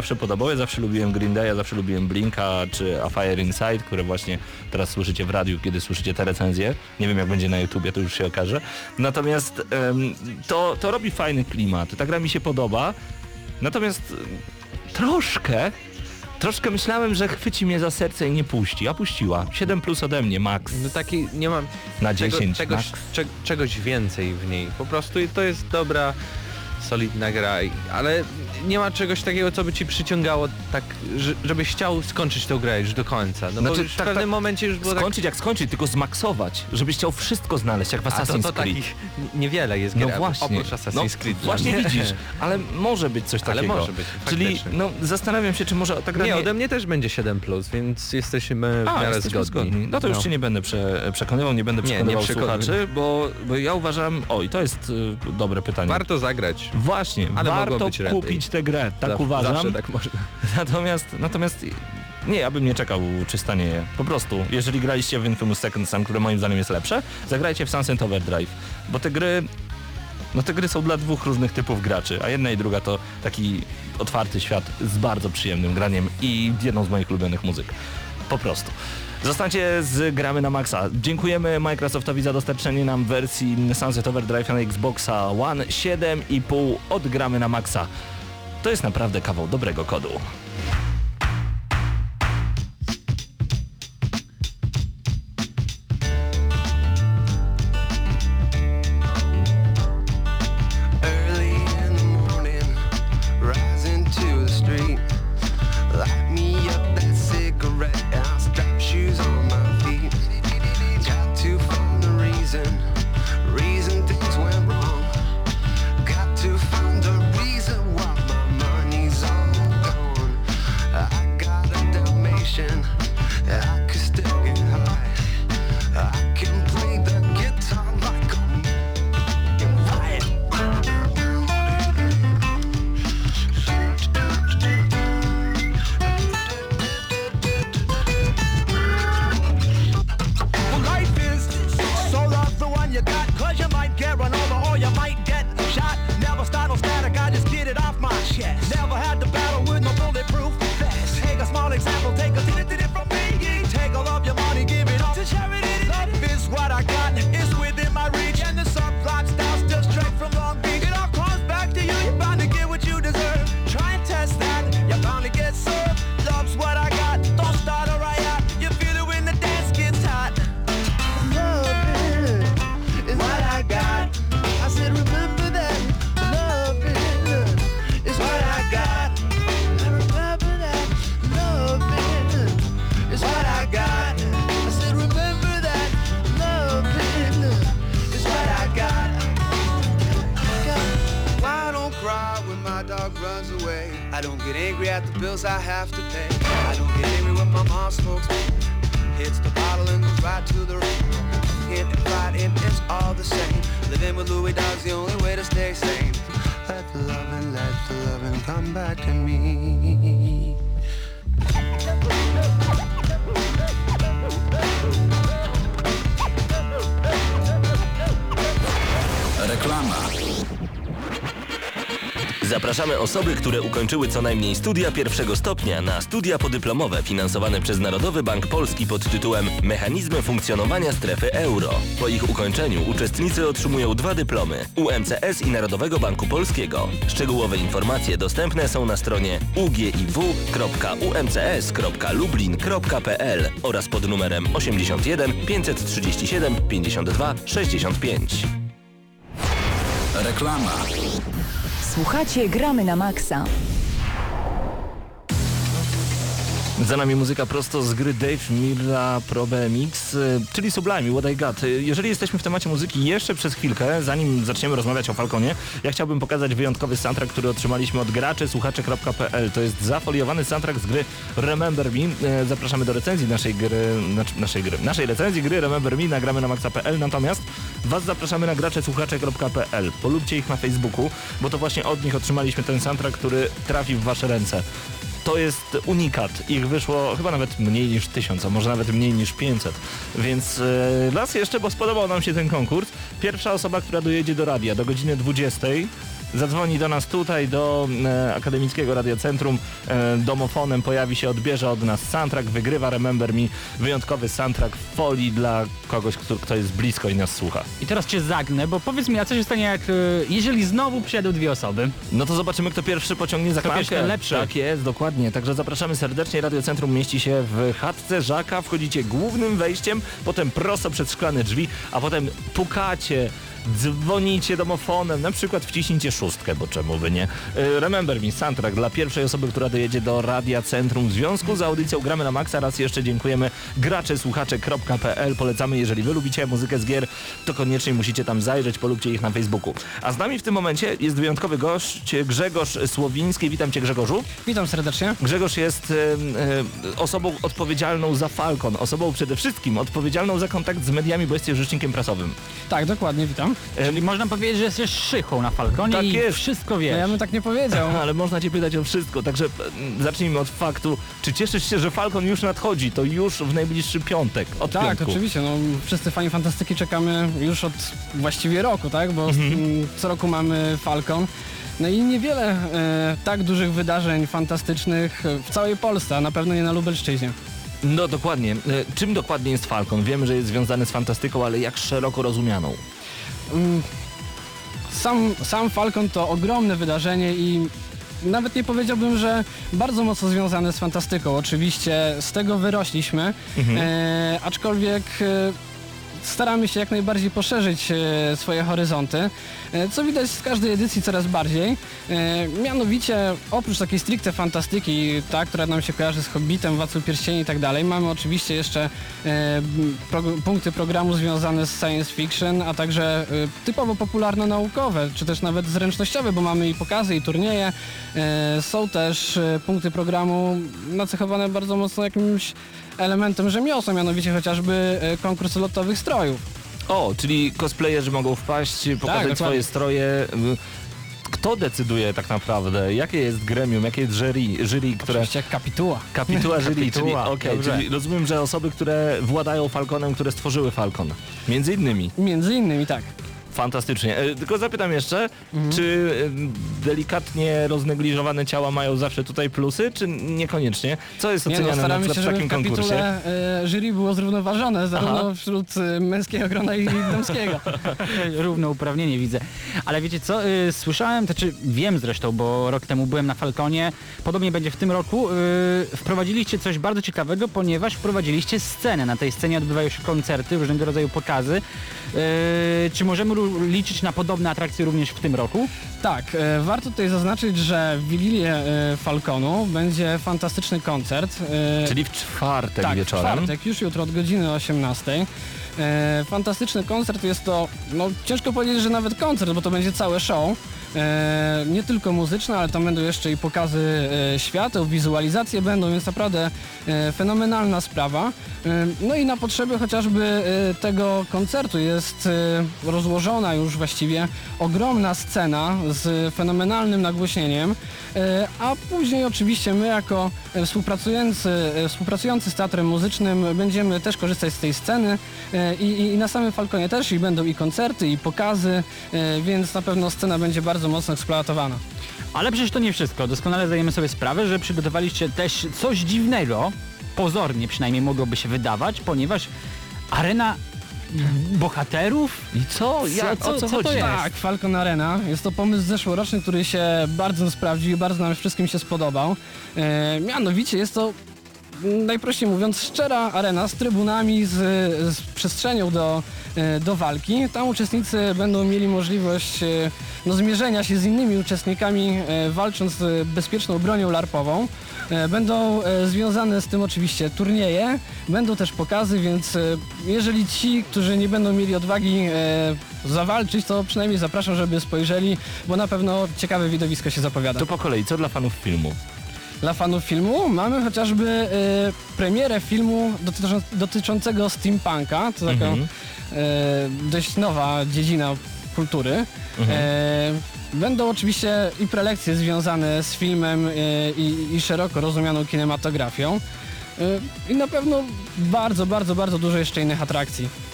zawsze podobały. Ja zawsze lubiłem Green Day, ja zawsze lubiłem Blinka czy A Fire Inside, które właśnie teraz słyszycie w radiu, kiedy słyszycie te recenzje. Nie wiem jak będzie na YouTubie, to już się okaże. Natomiast um, to, to robi fajny klimat. Ta gra mi się podoba. Natomiast troszkę Troszkę myślałem, że chwyci mnie za serce i nie puści, a puściła. siedem plus ode mnie, max. No taki nie mam Na czego, dziesięć, czegoś, max. cze, czegoś więcej w niej. Po prostu i to jest dobra, solidna gra, i- ale nie ma czegoś takiego, co by ci przyciągało tak, że, żebyś chciał skończyć tę grę już do końca. No bo Znaczy, już w tak, pewnym tak, momencie już było Skończyć jak skończyć, tylko zmaksować, żebyś chciał wszystko znaleźć, jak w tak... A to, Assassin's to Creed. takich niewiele jest No gier, właśnie, oprócz Assassin's no, Creed. dla właśnie mnie. widzisz, ale może być coś Ale takiego. może być, Czyli faktycznie. no, zastanawiam się, czy może ta gra Nie, ode mnie też będzie siedem plus, więc jesteśmy w A, miarę jesteśmy zgodni. zgodni. No to już No. cię nie będę prze, przekonywał, nie będę Nie, nie przekonywał przekonuj. słuchaczy, bo, bo ja uważam, oj, to jest y, dobre pytanie. Warto zagrać. Właśnie, Ale mogło warto być lepiej. kupić tę grę, tak Zaw- uważam. Zawsze tak można. Natomiast, natomiast nie, ja bym nie czekał, czy stanieje. Po prostu, jeżeli graliście w Infamous Second Son, które moim zdaniem jest lepsze, zagrajcie w Sunset Overdrive, bo te gry, no te gry są dla dwóch różnych typów graczy, a jedna i druga to taki otwarty świat z bardzo przyjemnym graniem i jedną z moich ulubionych muzyk. Po prostu. Zostańcie z Gramy na Maxa. Dziękujemy Microsoftowi za dostarczenie nam wersji Sunset Overdrive na Xboxa One siedem i pół od Gramy na Maxa. To jest naprawdę kawał dobrego kodu. Early in the morning, rising to the street. Light me up that cigarette, I'll strap shoes on my feet. Got to find the reason, reason things went wrong. Got to find the reason why my money's all gone. I got a Dalmatian, I could still get high. I can play the guitar like a riot. Well, life is so love the one you got, cause you might get run over or you might get shot. Never start no static, I just get it off my chest. Never had to battle with no bulletproof vest. Take a small example, take a titty titty from me. Take all of your money, give it all to charity. Love is what I got, it's within my reach. And the subplot starts just straight from Long Beach. It all comes back to you, you're bound to get what you deserve. Try and test that, you're bound to get served. Love's what I got, don't start a riot. You feel it when the dance gets hot. Love is what I got. I said remember that. Love is what I got. Remember that. Love is what I got. I said remember that. Love is what I got. I don't cry when my dog runs away. I don't get angry at the bills I have to pay. I don't get angry when my mom smokes. Hits the bottle and goes right to the room. Hit and fight and it's all the same. Living with Louis Dog's the only way to stay sane. Let the loving, let the loving come back to me. Reklama. Zapraszamy osoby, które ukończyły co najmniej studia pierwszego stopnia na studia podyplomowe finansowane przez Narodowy Bank Polski pod tytułem Mechanizmy funkcjonowania strefy euro. Po ich ukończeniu uczestnicy otrzymują dwa dyplomy U M C S i Narodowego Banku Polskiego. Szczegółowe informacje dostępne są na stronie u g i w kropka u m c s kropka lublin kropka p l oraz pod numerem osiemdziesiąt jeden pięćset trzydzieści siedem pięćdziesiąt dwa sześćdziesiąt pięć. Reklama. Słuchacie Gramy na Maxa. Za nami muzyka prosto z gry Dave Mirra Pro B M X, czyli Sublime, What I Got. Jeżeli jesteśmy w temacie muzyki jeszcze przez chwilkę, zanim zaczniemy rozmawiać o Falconie, ja chciałbym pokazać wyjątkowy soundtrack, który otrzymaliśmy od graczy słuchacze kropka p l. To jest zafoliowany soundtrack z gry Remember Me. Zapraszamy do recenzji naszej gry, naszej gry, naszej recenzji gry Remember Me, nagramy na maxa kropka p l, natomiast was zapraszamy na gracze słuchacze kropka p l. Polubcie ich na Facebooku, bo to właśnie od nich otrzymaliśmy ten soundtrack, który trafi w wasze ręce. To jest unikat. Ich wyszło chyba nawet mniej niż tysiąc, a może nawet mniej niż pięćset. Więc yy, raz jeszcze, bo spodobał nam się ten konkurs. Pierwsza osoba, która dojedzie do radia do godziny dwudziestej, zadzwoni do nas tutaj, do e, Akademickiego Radiocentrum, e, domofonem pojawi się, odbierze od nas soundtrack, wygrywa Remember Me, wyjątkowy soundtrack w folii dla kogoś, kto, kto jest blisko i nas słucha. I teraz cię zagnę, bo powiedz mi, a co się stanie, jak e, jeżeli znowu przyjadą dwie osoby? No to zobaczymy, kto pierwszy pociągnie za Kto klamkę. pierwszy, ten lepszy. Tak jest, dokładnie. Także zapraszamy serdecznie. Radiocentrum mieści się w chatce Żaka. Wchodzicie głównym wejściem, potem prosto przed szklane drzwi, a potem pukacie, dzwonicie domofonem, na przykład wciśnijcie szóstkę, bo czemu by nie. Remember Me, soundtrack dla pierwszej osoby, która dojedzie do Radia Centrum. W związku z audycją Gramy na Maxa raz jeszcze dziękujemy gracze słuchacze kropka p l. Polecamy, jeżeli wy lubicie muzykę z gier, to koniecznie musicie tam zajrzeć, polubcie ich na Facebooku. A z nami w tym momencie jest wyjątkowy gość, Grzegorz Słowiński. Witam cię, Grzegorzu. Witam serdecznie. Grzegorz jest e, e, osobą odpowiedzialną za Falcon, osobą przede wszystkim odpowiedzialną za kontakt z mediami, bo jest rzecznikiem prasowym. Tak, dokładnie, witam. Czyli można powiedzieć, że jesteś szychą na Falconie Tak i jest. wszystko No wiesz. ja bym tak nie powiedział. Ale można cię pytać o wszystko, także e, zacznijmy od faktu, czy cieszysz się, że Falcon już nadchodzi, to już w najbliższy piątek, od Tak, piątku. oczywiście, no wszyscy fani fantastyki czekamy już od właściwie roku, tak, bo mhm. co roku mamy Falcon. No i niewiele e, tak dużych wydarzeń fantastycznych w całej Polsce, a na pewno nie na Lubelszczyźnie. No dokładnie. E, czym dokładnie jest Falcon? Wiemy, że jest związany z fantastyką, ale jak szeroko rozumianą? Sam, sam Falcon to ogromne wydarzenie i nawet nie powiedziałbym, że bardzo mocno związane z fantastyką. Oczywiście z tego wyrośliśmy, Mhm. e, aczkolwiek e, staramy się jak najbardziej poszerzyć e, swoje horyzonty, e, co widać z każdej edycji coraz bardziej. E, mianowicie oprócz takiej stricte fantastyki, ta, która nam się kojarzy z Hobbitem, Władcą Pierścieni i tak dalej, mamy oczywiście jeszcze e, pro, punkty programu związane z science fiction, a także e, typowo popularno-naukowe, czy też nawet zręcznościowe, bo mamy i pokazy, i turnieje. E, są też e, punkty programu nacechowane bardzo mocno jakimś elementem rzemiosła, mianowicie chociażby e, konkurs lotowych strojów. O, czyli cosplayerzy mogą wpaść, pokazać dokładnie. swoje stroje. Kto decyduje tak naprawdę? Jakie jest gremium, jakie jest jury, jury które... Oczywiście jak kapituła. Kapituła jury, czyli, Kapituła, okej, dobrze. czyli rozumiem, że osoby, które władają Falconem, które stworzyły Falcon. Między innymi. Między innymi tak. Fantastycznie. E, tylko zapytam jeszcze, czy e, delikatnie roznegliżowane ciała mają zawsze tutaj plusy, czy niekoniecznie? Co jest Nie no, oceniane na staramy przykład się, w żeby takim w konkursie? kapitule e, jury było zrównoważone, zarówno Aha. wśród e, męskiego grona i damskiego. Równouprawnienie widzę. Ale wiecie co, y, słyszałem, to czy wiem zresztą, bo rok temu byłem na Falconie, podobnie będzie w tym roku, y, wprowadziliście coś bardzo ciekawego, ponieważ wprowadziliście scenę. Na tej scenie odbywają się koncerty, różnego rodzaju pokazy. Y, czy możemy ru- liczyć na podobne atrakcje również w tym roku? Tak, e, warto tutaj zaznaczyć, że w Wigilię e, Falconu będzie fantastyczny koncert. E, Czyli w czwartek tak, wieczorem. w czwartek, już jutro od godziny osiemnastej. E, fantastyczny koncert, jest to, no ciężko powiedzieć, że nawet koncert, bo to będzie całe show. E, nie tylko muzyczne, ale tam będą jeszcze i pokazy e, świateł, wizualizacje będą, więc naprawdę e, fenomenalna sprawa. E, no i na potrzeby chociażby e, tego koncertu jest e, rozłożona już właściwie ogromna scena z fenomenalnym nagłośnieniem, e, a później oczywiście my jako e, współpracujący, e, współpracujący z teatrem muzycznym będziemy też korzystać z tej sceny e, i, i na samym Falconie też i będą i koncerty, i pokazy, e, więc na pewno scena będzie bardzo mocno eksploatowana. Ale przecież to nie wszystko. Doskonale zdajemy sobie sprawę, że przygotowaliście też coś dziwnego, pozornie przynajmniej mogłoby się wydawać, ponieważ arena bohaterów? I co? Jak? Co- o co co to chodzi? jest? Tak, Falcon Arena. Jest to pomysł zeszłoroczny, który się bardzo sprawdził i bardzo nam wszystkim się spodobał. E, mianowicie jest to, najprościej mówiąc, szczera arena z trybunami, z, z przestrzenią do, e, do walki. Tam uczestnicy będą mieli możliwość e, no, zmierzenia się z innymi uczestnikami, e, walcząc z bezpieczną bronią larpową. E, Będą e, związane z tym oczywiście turnieje, będą też pokazy, więc e, jeżeli ci, którzy nie będą mieli odwagi e, zawalczyć, to przynajmniej zapraszam, żeby spojrzeli, bo na pewno ciekawe widowisko się zapowiada. To po kolei, co dla fanów filmu? Dla fanów filmu mamy chociażby e, premierę filmu dotyczące, dotyczącego steampunka, to taka Mhm. e, dość nowa dziedzina kultury. Mhm. E, Będą oczywiście i prelekcje związane z filmem e, i, i szeroko rozumianą kinematografią. E, I na pewno bardzo, bardzo, bardzo dużo jeszcze innych atrakcji.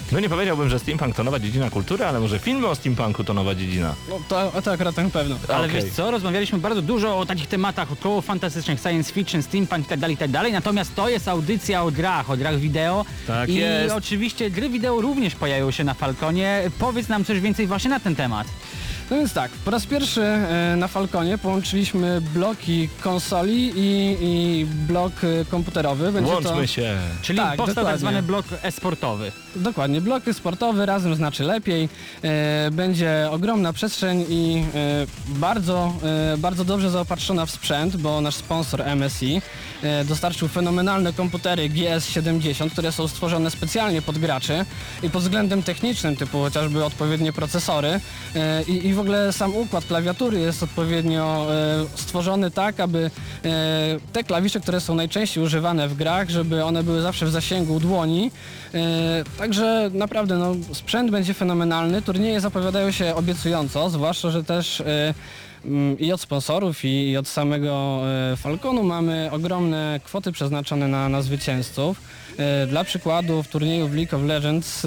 No nie powiedziałbym, że steampunk to nowa dziedzina kultury, ale może filmy o steampunku to nowa dziedzina. No to, to akurat na pewno. Ale Okej. wiesz co, rozmawialiśmy bardzo dużo o takich tematach około fantastycznych, science fiction, steampunk i tak dalej, i tak dalej. Natomiast to jest audycja o grach, o grach wideo. Tak I jest. oczywiście gry wideo również pojawiły się na Falconie. Powiedz nam coś więcej właśnie na ten temat. No więc tak, po raz pierwszy e, na Falconie połączyliśmy bloki konsoli i, i blok e, komputerowy. Będzie Łączmy to, się. Czyli Tak, powstał tak dokładnie. zwany blok e-sportowy. Dokładnie, bloki sportowe razem znaczy lepiej. E, będzie ogromna przestrzeń i e, bardzo, e, bardzo dobrze zaopatrzona w sprzęt, bo nasz sponsor M S I e, dostarczył fenomenalne komputery G S siedemdziesiąt, które są stworzone specjalnie pod graczy i pod względem technicznym, typu chociażby odpowiednie procesory e, i, i w ogóle sam układ klawiatury jest odpowiednio e, stworzony tak, aby e, te klawisze, które są najczęściej używane w grach, żeby one były zawsze w zasięgu dłoni. E, także naprawdę no, sprzęt będzie fenomenalny, turnieje zapowiadają się obiecująco, zwłaszcza, że też e, mm, i od sponsorów, i, i od samego e, Falconu mamy ogromne kwoty przeznaczone na, na zwycięzców. E, dla przykładu w turnieju w League of Legends e,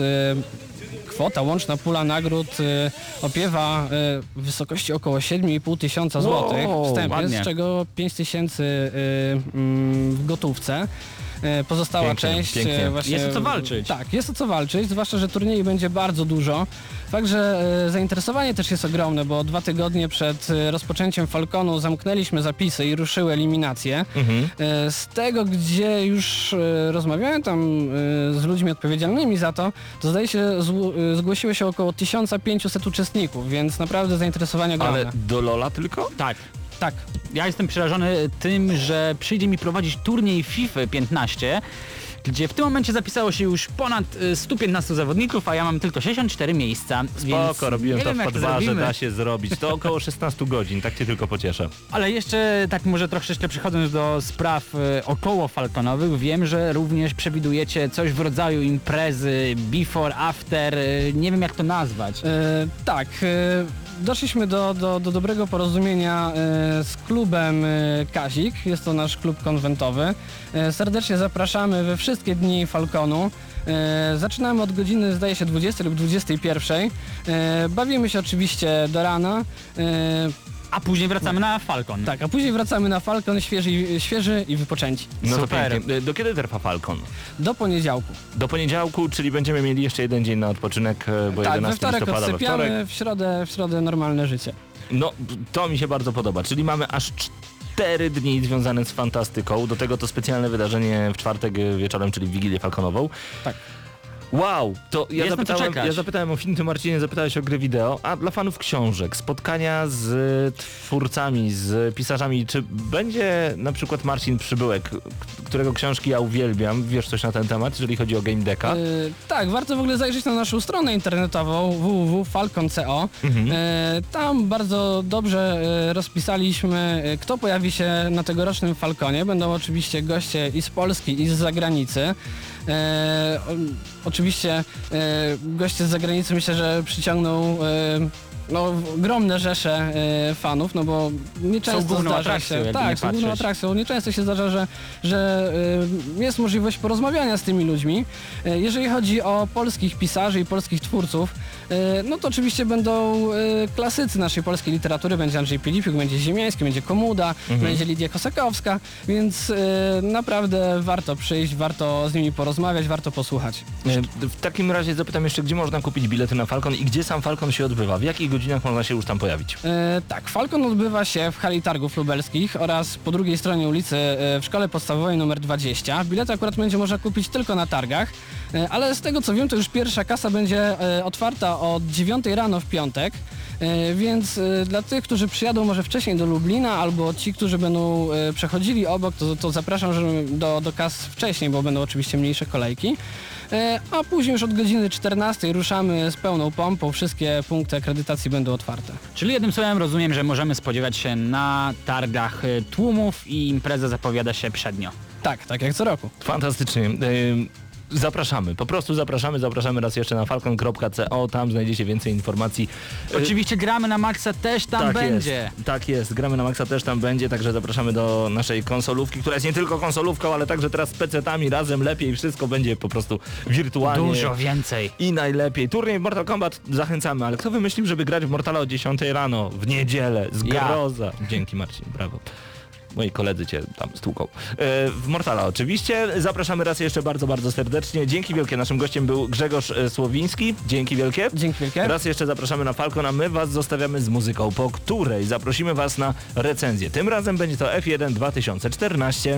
kwota, łączna pula nagród e, opiewa e, w wysokości około siedem i pół tysiąca złotych Wow, wstępnie, ładnie. z czego pięć tysięcy e, mm, w gotówce. E, Pozostała Pięknie, część pięknie. e, właśnie... Jest o co walczyć. Tak, jest o co walczyć, zwłaszcza, że turniejów będzie bardzo dużo. Także e, zainteresowanie też jest ogromne, bo dwa tygodnie przed e, rozpoczęciem Falconu zamknęliśmy zapisy i ruszyły eliminacje. Mhm. E, z tego, gdzie już e, rozmawiałem tam e, z ludźmi odpowiedzialnymi za to, to zdaje się zł- e, zgłosiło się około tysiąc pięćset uczestników, więc naprawdę zainteresowanie ogromne. Ale do Lola tylko? Tak. Tak. Ja jestem przerażony tym, że przyjdzie mi prowadzić turniej FIFA piętnaście, gdzie w tym momencie zapisało się już ponad y, stu piętnastu zawodników, a ja mam tylko sześćdziesiąt cztery miejsca. Spoko, więc robiłem nie to wiem, w jak podwarze, zrobimy. da się zrobić. To około szesnaście godzin, tak cię tylko pocieszę. Ale jeszcze tak może troszeczkę przechodząc do spraw y, około falconowych, wiem, że również przewidujecie coś w rodzaju imprezy, before, after, y, nie wiem jak to nazwać. E, tak, e, doszliśmy do, do, do dobrego porozumienia e, z klubem e, Kazik, jest to nasz klub konwentowy. E, serdecznie zapraszamy we wszystkie dni Falconu. E, zaczynamy od godziny, zdaje się, dwudziestej lub dwudziestej pierwszej. E, bawimy się oczywiście do rana. E, A później wracamy na Falcon. tak, a później wracamy na Falcon świeży, i- świeży i wypoczęci. No Super. to pięknie. Do kiedy trwa Falcon? Do poniedziałku. Do poniedziałku, czyli będziemy mieli jeszcze jeden dzień na odpoczynek, e, bo Tak, we jedenastego wtorek listopada we wtorek. odsypiamy, w środę, w środę normalne życie. No, to mi się bardzo podoba, czyli mamy aż cztery dni związane z fantastyką, do tego to specjalne wydarzenie w czwartek e, wieczorem, czyli w Wigilię Falconową. Tak. Wow, to ja Jest na co zapytałem, czekać. ja zapytałem o film, ty Marcinie zapytałeś o gry wideo, a dla fanów książek, spotkania z twórcami, z pisarzami, czy będzie na przykład Marcin Przybyłek, k- którego książki ja uwielbiam, wiesz coś na ten temat, jeżeli chodzi o Game Decka? E, tak, warto w ogóle zajrzeć na naszą stronę internetową w w w kropka falcon kropka co. Mhm. E, tam bardzo dobrze e, rozpisaliśmy, e, kto pojawi się na tegorocznym Falconie. Będą oczywiście goście i z Polski, i z zagranicy. E, o, oczywiście e, goście z zagranicy myślę, że przyciągną e, no, ogromne rzesze e, fanów, no bo nieczęsto główną zdarza atrakcją, się, jakby tak, nie są główną patrzeć. atrakcją. Nieczęsto się zdarza, że, że e, jest możliwość porozmawiania z tymi ludźmi. E, jeżeli chodzi o polskich pisarzy i polskich twórców, e, no to oczywiście będą e, klasycy naszej polskiej literatury. Będzie Andrzej Pilipiuk, będzie Ziemiański, będzie Komuda, będzie Lidia Kosakowska, więc e, naprawdę warto przyjść, warto z nimi porozmawiać, warto posłuchać. E, W takim razie zapytam jeszcze, gdzie można kupić bilety na Falcon i gdzie sam Falcon się odbywa? W jakich godzinach można się już tam pojawić? E, tak, Falcon odbywa się w hali targów lubelskich oraz po drugiej stronie ulicy e, w szkole podstawowej numer dwadzieścia. Bilety akurat będzie można kupić tylko na targach, e, ale z tego co wiem, to już pierwsza kasa będzie e, otwarta od dziewiątej rano w piątek. E, Więc e, dla tych, którzy przyjadą może wcześniej do Lublina albo ci, którzy będą e, przechodzili obok, to, to zapraszam że do, do kas wcześniej, bo będą oczywiście mniejsze kolejki. E, A później już od godziny czternastej ruszamy z pełną pompą, wszystkie punkty akredytacji będą otwarte. Czyli jednym słowem rozumiem, że możemy spodziewać się na targach y, tłumów i impreza zapowiada się przednio. Tak, tak jak co roku. Fantastycznie. E, zapraszamy, po prostu zapraszamy, zapraszamy raz jeszcze na falcon kropka co, tam znajdziecie więcej informacji. Oczywiście gramy na Maxa też tam tak będzie. Jest, tak jest, gramy na Maxa też tam będzie, także zapraszamy do naszej konsolówki, która jest nie tylko konsolówką, ale także teraz z pecetami razem lepiej, wszystko będzie po prostu wirtualnie. Dużo więcej. I najlepiej. Turniej w Mortal Kombat zachęcamy, ale kto wymyślił, żeby grać w Mortala o dziesiątej rano, w niedzielę, z Ja. groza. Dzięki Marcin, brawo. Moi koledzy cię tam stłuką. E, w Mortala oczywiście. Zapraszamy raz jeszcze bardzo, bardzo serdecznie. Dzięki wielkie. Naszym gościem był Grzegorz e, Słowiński. Dzięki wielkie. Dzięki wielkie. Raz jeszcze zapraszamy na Falcon, a my was zostawiamy z muzyką, po której zaprosimy was na recenzję. Tym razem będzie to F jeden dwa tysiące czternaście.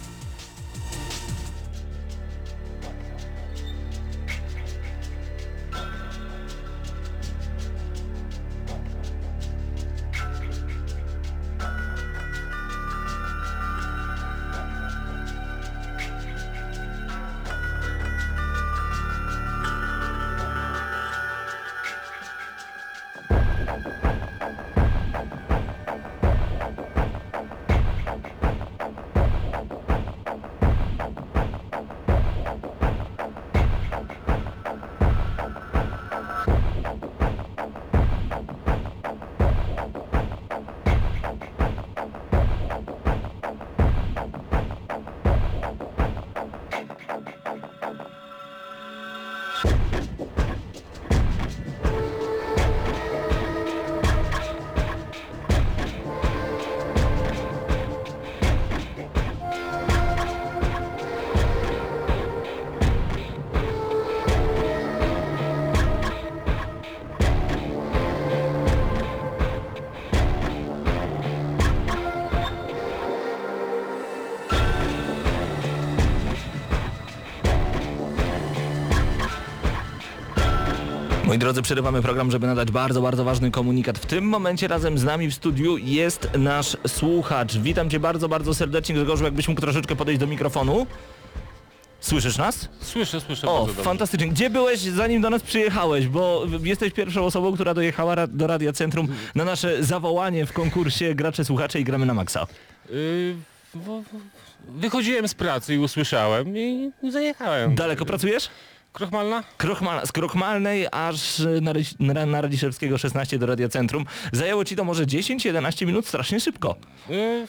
Moi drodzy, przerywamy program, żeby nadać bardzo, bardzo ważny komunikat. W tym momencie razem z nami w studiu jest nasz słuchacz. Witam cię bardzo, bardzo serdecznie, Grzegorzu, jakbyś mógł troszeczkę podejść do mikrofonu. Słyszysz nas? Słyszę, słyszę O, bardzo dobrze. fantastycznie. Gdzie byłeś, zanim do nas przyjechałeś? Bo jesteś pierwszą osobą, która dojechała ra- do Radia Centrum na nasze zawołanie w konkursie Gracze, Słuchacze i Gramy na Maxa. Yy, w, w, wychodziłem z pracy i usłyszałem i zajechałem. Daleko pracujesz? Krochmalna? Krochmal, z Krochmalnej aż na, Ryś- na, na Radziszewskiego szesnaście do Radia Centrum. Zajęło ci to może dziesięć jedenaście minut, strasznie szybko. Yy,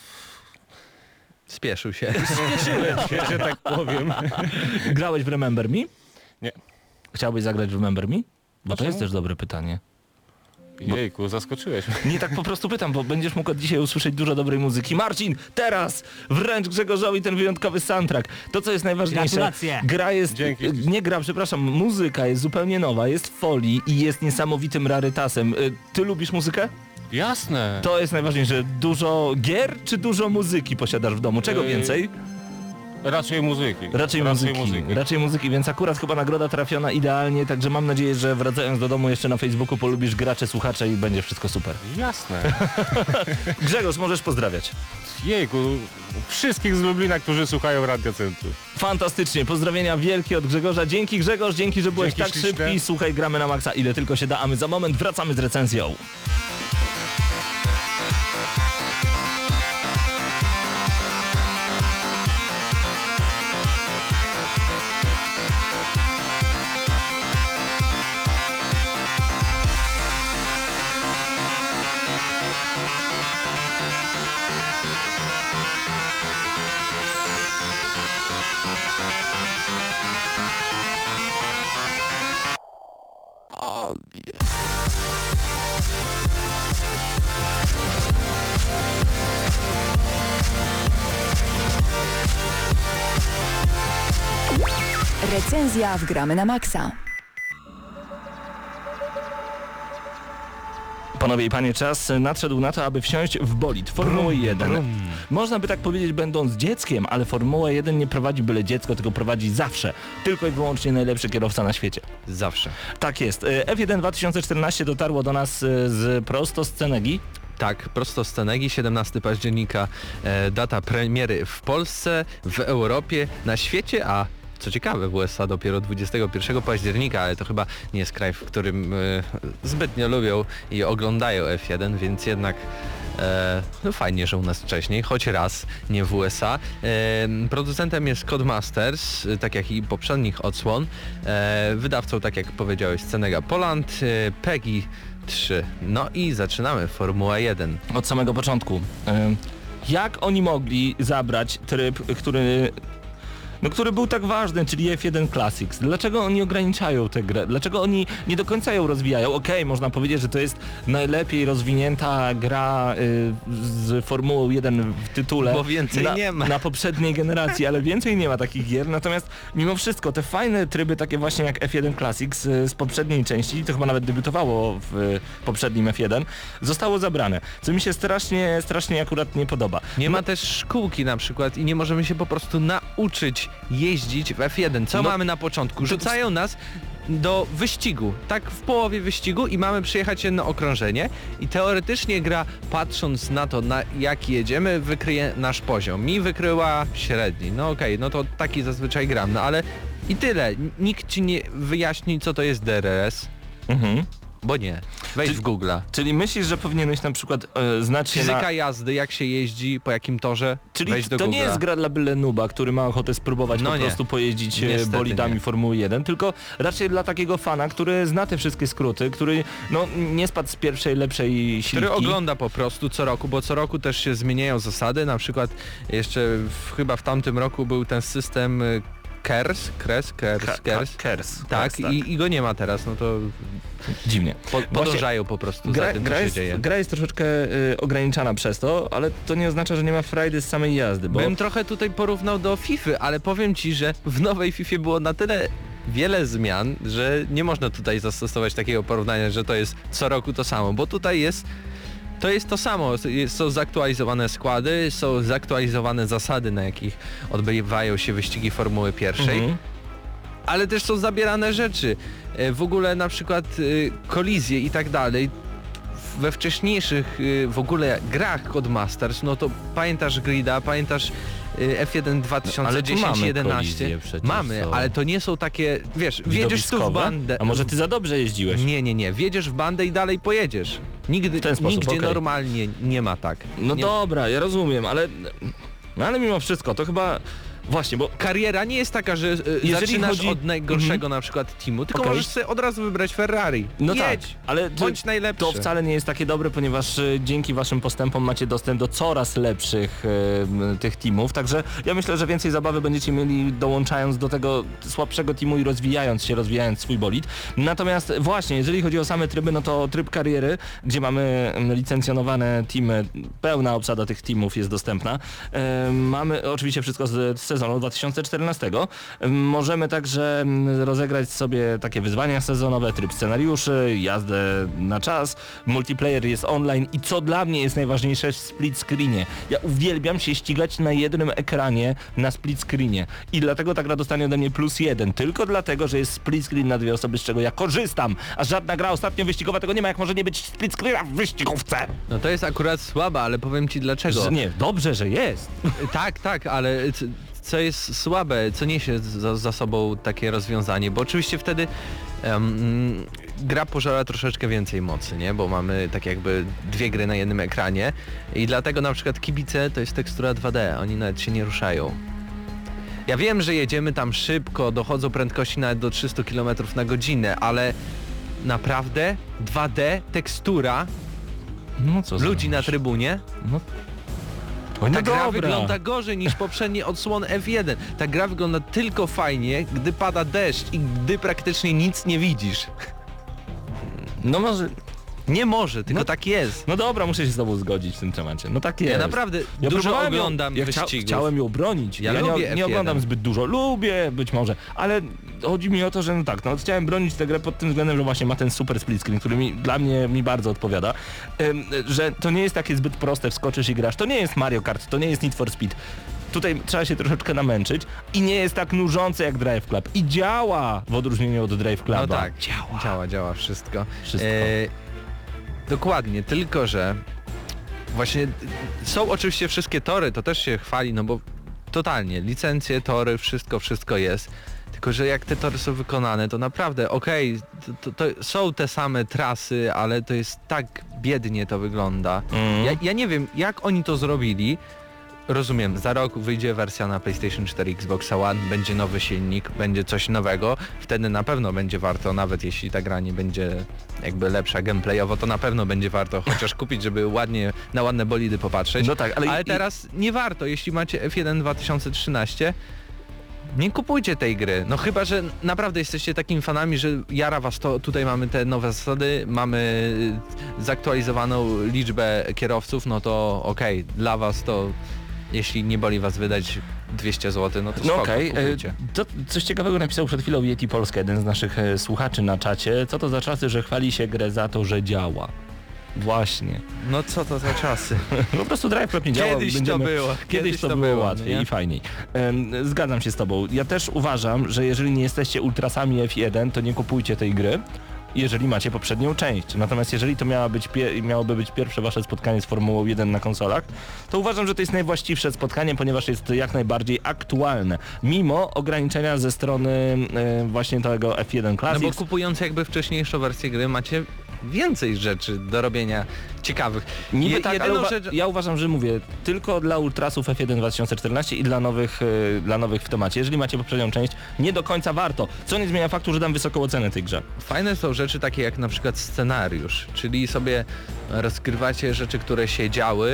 Spieszył się. Spieszyłem się, że tak powiem. Grałeś w Remember Me? Nie. Chciałbyś zagrać w Remember Me? Bo to Dlaczego? jest też dobre pytanie. Jejku, zaskoczyłeś mnie. Nie, tak po prostu pytam, bo będziesz mógł od dzisiaj usłyszeć dużo dobrej muzyki. Marcin, teraz wręcz Grzegorzowi ten wyjątkowy soundtrack. To, co jest najważniejsze, Gratulacje. gra jest, Dzięki. nie gra, przepraszam, muzyka jest zupełnie nowa, jest w folii i jest niesamowitym rarytasem. Y, Ty lubisz muzykę? Jasne. To jest najważniejsze. Dużo gier czy dużo muzyki posiadasz w domu? Czego Yy, więcej? Raczej muzyki. Raczej muzyki. muzyki. Raczej muzyki, więc akurat chyba nagroda trafiona idealnie, także mam nadzieję, że wracając do domu jeszcze na Facebooku polubisz Gracze, Słuchacze i będzie wszystko super. Jasne. Grzegorz, możesz pozdrawiać. Jejku, wszystkich z Lublina, którzy słuchają Radia Centrum. Fantastycznie, pozdrowienia wielkie od Grzegorza. Dzięki Grzegorz, dzięki, że byłeś Dzięki tak śliczne. szybki. Słuchaj, gramy na maksa ile tylko się da, a my za moment wracamy z recenzją. Recenzja w Gramy na Maxa. Panowie i panie, czas nadszedł na to, aby wsiąść w bolid Formuły jeden. Można by tak powiedzieć, będąc dzieckiem, ale Formuła jeden nie prowadzi byle dziecko, tylko prowadzi zawsze. Tylko i wyłącznie najlepszy kierowca na świecie. Zawsze. Tak jest. F jeden dwa tysiące czternaście dotarło do nas z prosto z Cenegi. Tak, prosto z Cenegi, siedemnastego października e, data premiery w Polsce, w Europie, na świecie, a co ciekawe w U S A dopiero dwudziestego pierwszego października, ale to chyba nie jest kraj, w którym e, zbytnio lubią i oglądają F jeden, więc jednak E, no fajnie, że u nas wcześniej, choć raz, nie w U S A. E, producentem jest Codemasters, e, tak jak i poprzednich odsłon. E, wydawcą, tak jak powiedziałeś, Scenega Poland, e, Peggy trzy. No i zaczynamy, Formuła jeden. Od samego początku. Ym, Jak oni mogli zabrać tryb, który... No, który był tak ważny, czyli F jeden Classics. Dlaczego oni ograniczają tę grę? Dlaczego oni nie do końca ją rozwijają? Okej, okay, można powiedzieć, że to jest najlepiej rozwinięta gra y, z Formułą jeden w tytule. Bo więcej na, nie ma. Na poprzedniej generacji, ale więcej nie ma takich gier. Natomiast mimo wszystko te fajne tryby, takie właśnie jak F jeden Classics y, z poprzedniej części, to chyba nawet debiutowało w y, poprzednim F jeden, zostało zabrane. Co mi się strasznie, strasznie akurat nie podoba. Nie no, ma też szkółki na przykład i nie możemy się po prostu nauczyć jeździć w F jeden. Co No, mamy na początku? Rzucają nas do wyścigu, tak w połowie wyścigu i mamy przyjechać jedno okrążenie i teoretycznie gra, patrząc na to, na jaki jedziemy, wykryje nasz poziom. Mi wykryła średni. No okej, okay, no to taki zazwyczaj gram, no ale i tyle. Nikt ci nie wyjaśni, co to jest D R S. Mhm. Bo nie. Wejdź Czyli- w Google'a. Czyli myślisz, że powinieneś na przykład e, znać się Fizyka na... jazdy, jak się jeździ, po jakim torze. Czyli Wejdź do to Google'a. nie jest gra dla byle nuba, który ma ochotę spróbować No po nie. prostu pojeździć e, Niestety bolidami nie. Formuły jeden, tylko raczej dla takiego fana, który zna te wszystkie skróty, który no, nie spadł z pierwszej, lepszej śliwki. Który ogląda po prostu co roku, bo co roku też się zmieniają zasady, na przykład jeszcze w, chyba w tamtym roku był ten system y, KERS, KRES, KERS, Ka- KERS. ka- Kers. Tak, Kers, I, i go nie ma teraz, no to Dziwnie. po, podążają po prostu Gra, za tym, co gra, się jest, dzieje. gra jest troszeczkę y, ograniczana przez to, ale to nie oznacza, że nie ma frajdy z samej jazdy, bo... Bym trochę tutaj porównał do FIFA, ale powiem ci, że w nowej FIFA było na tyle wiele zmian, że nie można tutaj zastosować takiego porównania, że to jest co roku to samo, bo tutaj jest to jest to samo, Jest- są zaktualizowane składy, są zaktualizowane zasady, na jakich odbywają się wyścigi Formuły pierwszej, Mhm. ale też są zabierane rzeczy. E, W ogóle na przykład e, kolizje i tak dalej. We wcześniejszych e, w ogóle grach Codemasters, no to pamiętasz Grida, pamiętasz e, F jeden dwa tysiące dziesięć jedenaście. kolizje przecież Mamy, są. ale to nie są takie, wiesz, wjedziesz tu w Widowiskowe? bandę. A może ty za dobrze jeździłeś? Nie, nie, nie. Wjedziesz w bandę i dalej pojedziesz. Nigdy, W ten sposób, nigdzie okej. normalnie nie ma tak. No nie, dobra, ja rozumiem, ale... No ale mimo wszystko, to chyba... Właśnie, bo Kariera nie jest taka, że e, Jeżeli zaczynasz chodzi- od najgorszego Mhm. na przykład teamu, tylko Okej. możesz sobie od razu wybrać Ferrari. No Jedź, tak, ale to, bądź najlepszy. to wcale nie jest takie dobre, ponieważ y, dzięki waszym postępom macie dostęp do coraz lepszych y, tych teamów, także ja myślę, że więcej zabawy będziecie mieli dołączając do tego słabszego teamu i rozwijając się, rozwijając swój bolid. Natomiast właśnie, jeżeli chodzi o same tryby, no to tryb kariery, gdzie mamy mm, licencjonowane teamy, pełna obsada tych teamów jest dostępna. Y, mamy oczywiście wszystko z sezonu dwa tysiące czternastego. Y, możemy także mm, rozegrać sobie takie wyzwania sezonowe, tryb scenariuszy, jazdę na czas, multiplayer jest online i co dla mnie jest najważniejsze, w split screenie. Ja uwielbiam się ścigać na jednym ekranie na split screenie i dlatego ta gra dostanie ode mnie plus jeden, tylko dlatego, że jest split screen na dwie osoby, z czego ja korzystam, a żadna gra ostatnio wyścigowa tego nie ma, jak może nie być split screena w wyścigówce. No to jest akurat słabe, ale powiem ci dlaczego. Że nie, dobrze, że jest. Tak, tak, ale c- co jest słabe, co niesie za, za sobą takie rozwiązanie, bo oczywiście wtedy em, gra pożera troszeczkę więcej mocy, nie? Bo mamy tak jakby dwie gry na jednym ekranie i dlatego na przykład kibice to jest tekstura dwa D, oni nawet się nie ruszają. Ja wiem, że jedziemy tam szybko, dochodzą prędkości nawet do trzysta kilometrów na godzinę, ale naprawdę dwa D, tekstura, No co ludzi na zrobisz? trybunie, No, ta no gra dobra. wygląda gorzej niż poprzednie odsłony F jeden. Ta gra wygląda tylko fajnie, gdy pada deszcz i gdy praktycznie nic nie widzisz. No może... Nie może, tylko No- tak jest. No dobra, muszę się z tobą zgodzić w tym temacie. No tak jest. Ja naprawdę Ja dużo próbowałem ją- oglądam ja chcia, wyścigów. chciałem ją bronić. Ja nie, lubię F nie jeden. oglądam zbyt dużo. Lubię być może, ale chodzi mi o to, że no tak, no chciałem bronić tę grę pod tym względem, że właśnie ma ten super split screen, który mi, dla mnie mi bardzo odpowiada. Ym, że to nie jest takie zbyt proste, wskoczysz i grasz. To nie jest Mario Kart, to nie jest Need for Speed. Tutaj trzeba się troszeczkę namęczyć i nie jest tak nużące jak Drive Club. I działa w odróżnieniu od Drive Cluba. No tak, działa, działa, działa wszystko. Wszystko. dokładnie, tylko że właśnie są oczywiście wszystkie tory, to też się chwali, no bo totalnie, licencje, tory, wszystko, wszystko jest. Tylko że jak te tory są wykonane, to naprawdę okej, to, to, to są te same trasy, ale to jest tak biednie to wygląda. Mm. Ja, ja nie wiem, jak oni to zrobili. Rozumiem, za rok wyjdzie wersja na PlayStation cztery, Xbox One, będzie nowy silnik, będzie coś nowego, wtedy na pewno będzie warto, nawet jeśli ta gra nie będzie jakby lepsza gameplayowo, to na pewno będzie warto chociaż kupić, żeby ładnie na ładne bolidy popatrzeć. No tak, ale, ale i- teraz nie warto, jeśli macie F jeden dwa tysiące trzynaście, nie kupujcie tej gry. No chyba, że naprawdę jesteście takimi fanami, że jara was to, tutaj mamy te nowe zasady, mamy zaktualizowaną liczbę kierowców, no to okej, dla was to, jeśli nie boli was wydać dwieście złotych, no to No spoko, okej, e, kupujcie. to coś ciekawego napisał przed chwilą Yeti Polska, jeden z naszych e, słuchaczy na czacie. Co to za czasy, że chwali się grę za to, że działa? Właśnie. No co to za czasy? Po prostu Drive Club nie działa. Kiedyś to będziemy- było. Kiedyś, Kiedyś to, to było było, łatwiej nie? i fajniej. Em, Zgadzam się z tobą. Ja też uważam, że jeżeli nie jesteście ultrasami F jeden, to nie kupujcie tej gry, jeżeli macie poprzednią część. Natomiast jeżeli to miała być pie- miałoby być pierwsze wasze spotkanie z Formułą jeden na konsolach, to uważam, że to jest najwłaściwsze spotkanie, ponieważ jest jak najbardziej aktualne. Mimo ograniczenia ze strony e, właśnie tego F jeden No Classics. bo kupując jakby wcześniejszą wersję gry macie więcej rzeczy do robienia ciekawych. Niby Je- tak, ale jedyną uwa- rzecz... ja uważam, że mówię tylko dla ultrasów F jeden dwa tysiące czternaście i dla nowych, e, dla nowych w temacie. Jeżeli macie poprzednią część, nie do końca warto. Co nie zmienia faktu, że dam wysoką ocenę tej grze. Fajne są rzeczy takie jak na przykład scenariusz, czyli sobie rozgrywacie rzeczy, które się działy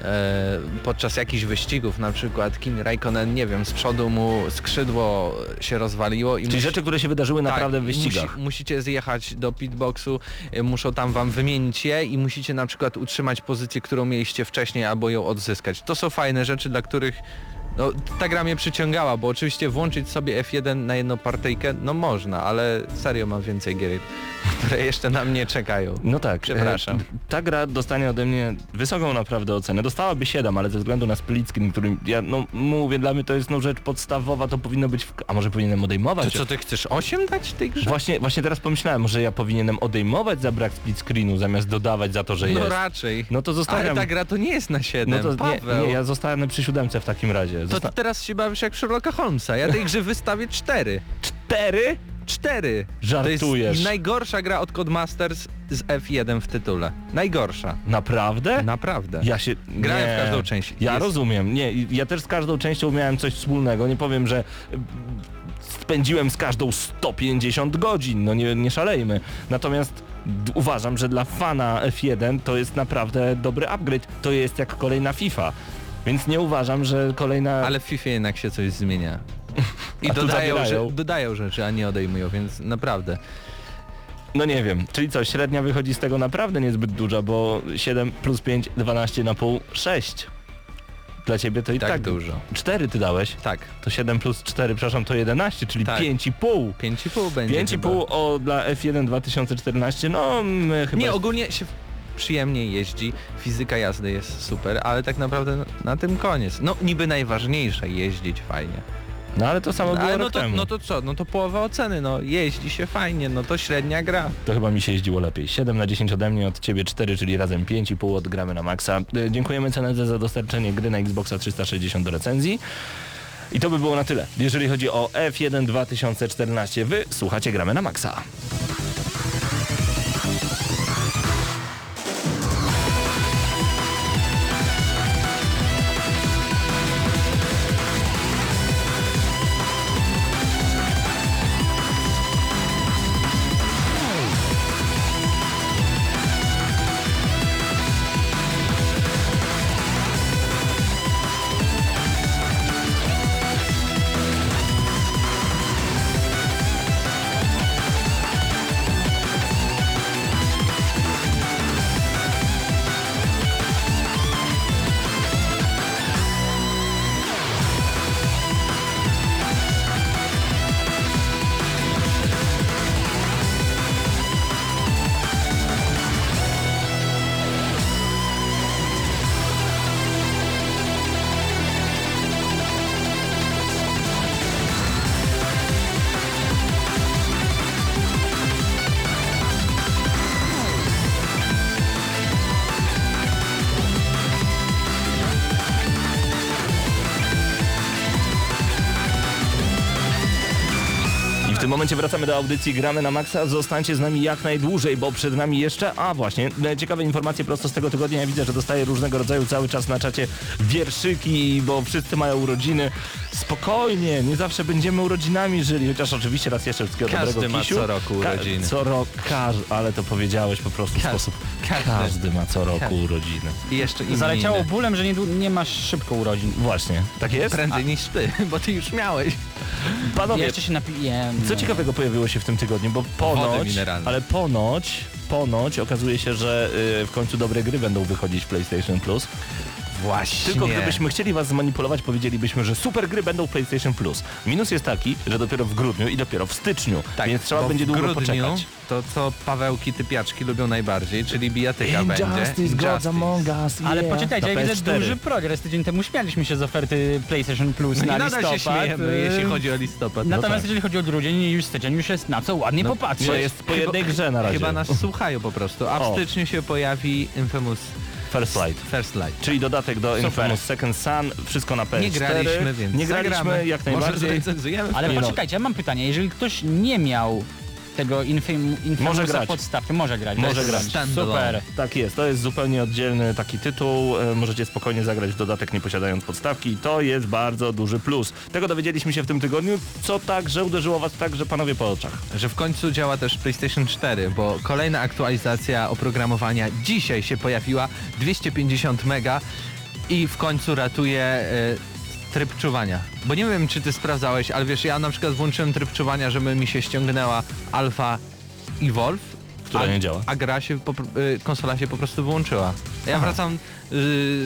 e, podczas jakichś wyścigów, na przykład Kimi Raikkonen, nie wiem, z przodu mu skrzydło się rozwaliło i Czyli musi- rzeczy, które się wydarzyły naprawdę tak, w wyścigach. Musi, musicie zjechać do pitboxu, e, muszą tam wam wymienić je i musicie na przykład utrzymać pozycję, którą mieliście wcześniej albo ją odzyskać. To są fajne rzeczy, dla których no, ta gra mnie przyciągała, bo oczywiście włączyć sobie F jeden na jedną partyjkę, no można, ale serio mam więcej gier, które jeszcze na mnie czekają. No tak. Przepraszam. E, ta gra dostanie ode mnie wysoką naprawdę ocenę. Dostałaby siedem, ale ze względu na split screen, który ja no mówię, dla mnie to jest no rzecz podstawowa, to powinno być w... A może powinienem odejmować? To co, ty chcesz osiem dać tej grze? Właśnie, właśnie teraz pomyślałem, że ja powinienem odejmować za brak split screenu, zamiast dodawać za to, że No jest. raczej. No to zostawiam. Ale ta gra to nie jest na siedem, No to Paweł. nie, nie, ja zostanę przy siódemce w takim razie. To Zosta... ty teraz się bawisz jak Sherlocka Holmesa. Ja tej grze wystawię cztery. Cztery? Cztery. To Żartujesz. jest najgorsza gra od Codemasters z F jeden w tytule. Najgorsza. Naprawdę? Naprawdę. Ja się... Grałem nie. w każdą część. Ja Jest- rozumiem. Nie, ja też z każdą częścią miałem coś wspólnego. Nie powiem, że mm, spędziłem z każdą sto pięćdziesiąt godzin. No nie, nie szalejmy. Natomiast d- uważam, że dla fana F jeden to jest naprawdę dobry upgrade. To jest jak kolejna FIFA. Więc nie uważam, że kolejna... Ale w FIFA jednak się coś zmienia. I A tu dodają, zabierają. że, dodają rzeczy, a nie odejmują, więc naprawdę. No nie wiem. Czyli co, średnia wychodzi z tego naprawdę niezbyt duża, bo siedem plus pięć, dwanaście na pół, sześć. Dla ciebie to i Tak, tak, dużo. cztery ty dałeś. Tak. To siedem plus cztery, przepraszam, to jedenaście, czyli Tak. pięć i pół. pięć i pół będzie pięć i chyba. pół o dla F jeden dwa tysiące czternaście, no my chyba... Nie, ogólnie się przyjemnie jeździ, fizyka jazdy jest super, ale tak naprawdę na, na tym koniec. No niby najważniejsze, jeździć fajnie. No ale to samo było Ale no rok to, temu. no to co, no to połowa oceny, no jeździ się fajnie, no to średnia gra. To chyba mi się jeździło lepiej. siedem na dziesięć ode mnie, od ciebie cztery, czyli razem pięć i pół od Gramy na Maxa. E, Dziękujemy C N Z za dostarczenie gry na Xboxa trzysta sześćdziesiąt do recenzji. I to by było na tyle, jeżeli chodzi o F jeden dwa tysiące czternaście. Wy słuchacie Gramy na Maxa. tym momencie wracamy do audycji Gramy na Maxa. Zostańcie z nami jak najdłużej, bo przed nami jeszcze, a właśnie, ciekawe informacje prosto z tego tygodnia. Ja widzę, że dostaję różnego rodzaju cały czas na czacie wierszyki, bo wszyscy mają urodziny. Spokojnie, nie zawsze będziemy urodzinami żyli, chociaż oczywiście raz jeszcze wszystkiego Każdy dobrego, ma Kisiu. co roku urodziny. Ka- co rok, każdy, ale to powiedziałeś po prostu w Ka- sposób, każdy. każdy ma co roku Każdy. urodziny. I jeszcze imieniny. Zaleciało bólem, że nie, du- nie masz szybko urodzin. Właśnie, tak jest? Prędzej niż ty, bo ty już miałeś. Panowie, Jeszcze się napiję. co ciekawego pojawiło się w tym tygodniu, bo Wody ponoć, mineralne. ale ponoć, ponoć okazuje się, że y, w końcu dobre gry będą wychodzić w PlayStation Plus. Właśnie. Tylko gdybyśmy chcieli was zmanipulować, powiedzielibyśmy, że super gry będą w PlayStation Plus. Minus jest taki, że dopiero w grudniu i dopiero w styczniu, Tak, więc trzeba bo będzie w długo grudniu poczekać. to, co Pawełki typiaczki lubią najbardziej, czyli bijatyka będzie. Injustice, Gods Among Us, Ale yeah. poczekajcie, Na ja P S widzę cztery. duży progres. Tydzień temu śmialiśmy się z oferty PlayStation Plus No na i nadal listopad. się śmiejemy, y, jeśli chodzi o listopad. Natomiast tak. jeżeli chodzi o grudzień, już styczeń już jest na co ładnie No, popatrzeć. To jest po jednej grze na razie. Chyba nas słuchają po prostu, a O. w styczniu się pojawi Infamous First Light. First Light. Czyli dodatek do Super. Infamous Second Son, wszystko na P S Nie cztery. graliśmy, więc Nie graliśmy, zagramy. jak Może najbardziej. zrecenzujemy. Ale Nie no. poczekajcie, ja mam pytanie. Jeżeli ktoś nie miał tego Infam- Może Infamousa grać. podstawki, może grać. Może To jest grać. Super. Tak jest, to jest zupełnie oddzielny taki tytuł, e, możecie spokojnie zagrać w dodatek nie posiadając podstawki i to jest bardzo duży plus. Tego dowiedzieliśmy się w tym tygodniu, co także uderzyło was tak, że panowie po oczach. Że w końcu działa też PlayStation cztery, bo kolejna aktualizacja oprogramowania dzisiaj się pojawiła, dwieście pięćdziesiąt mega i w końcu ratuje e, tryb czuwania. Bo nie wiem, czy ty sprawdzałeś, ale wiesz, ja na przykład włączyłem tryb czuwania, żeby mi się ściągnęła Alpha Evolve, Która a, nie działa. a gra się, po, y, konsola się po prostu wyłączyła. Ja Aha. wracam, y,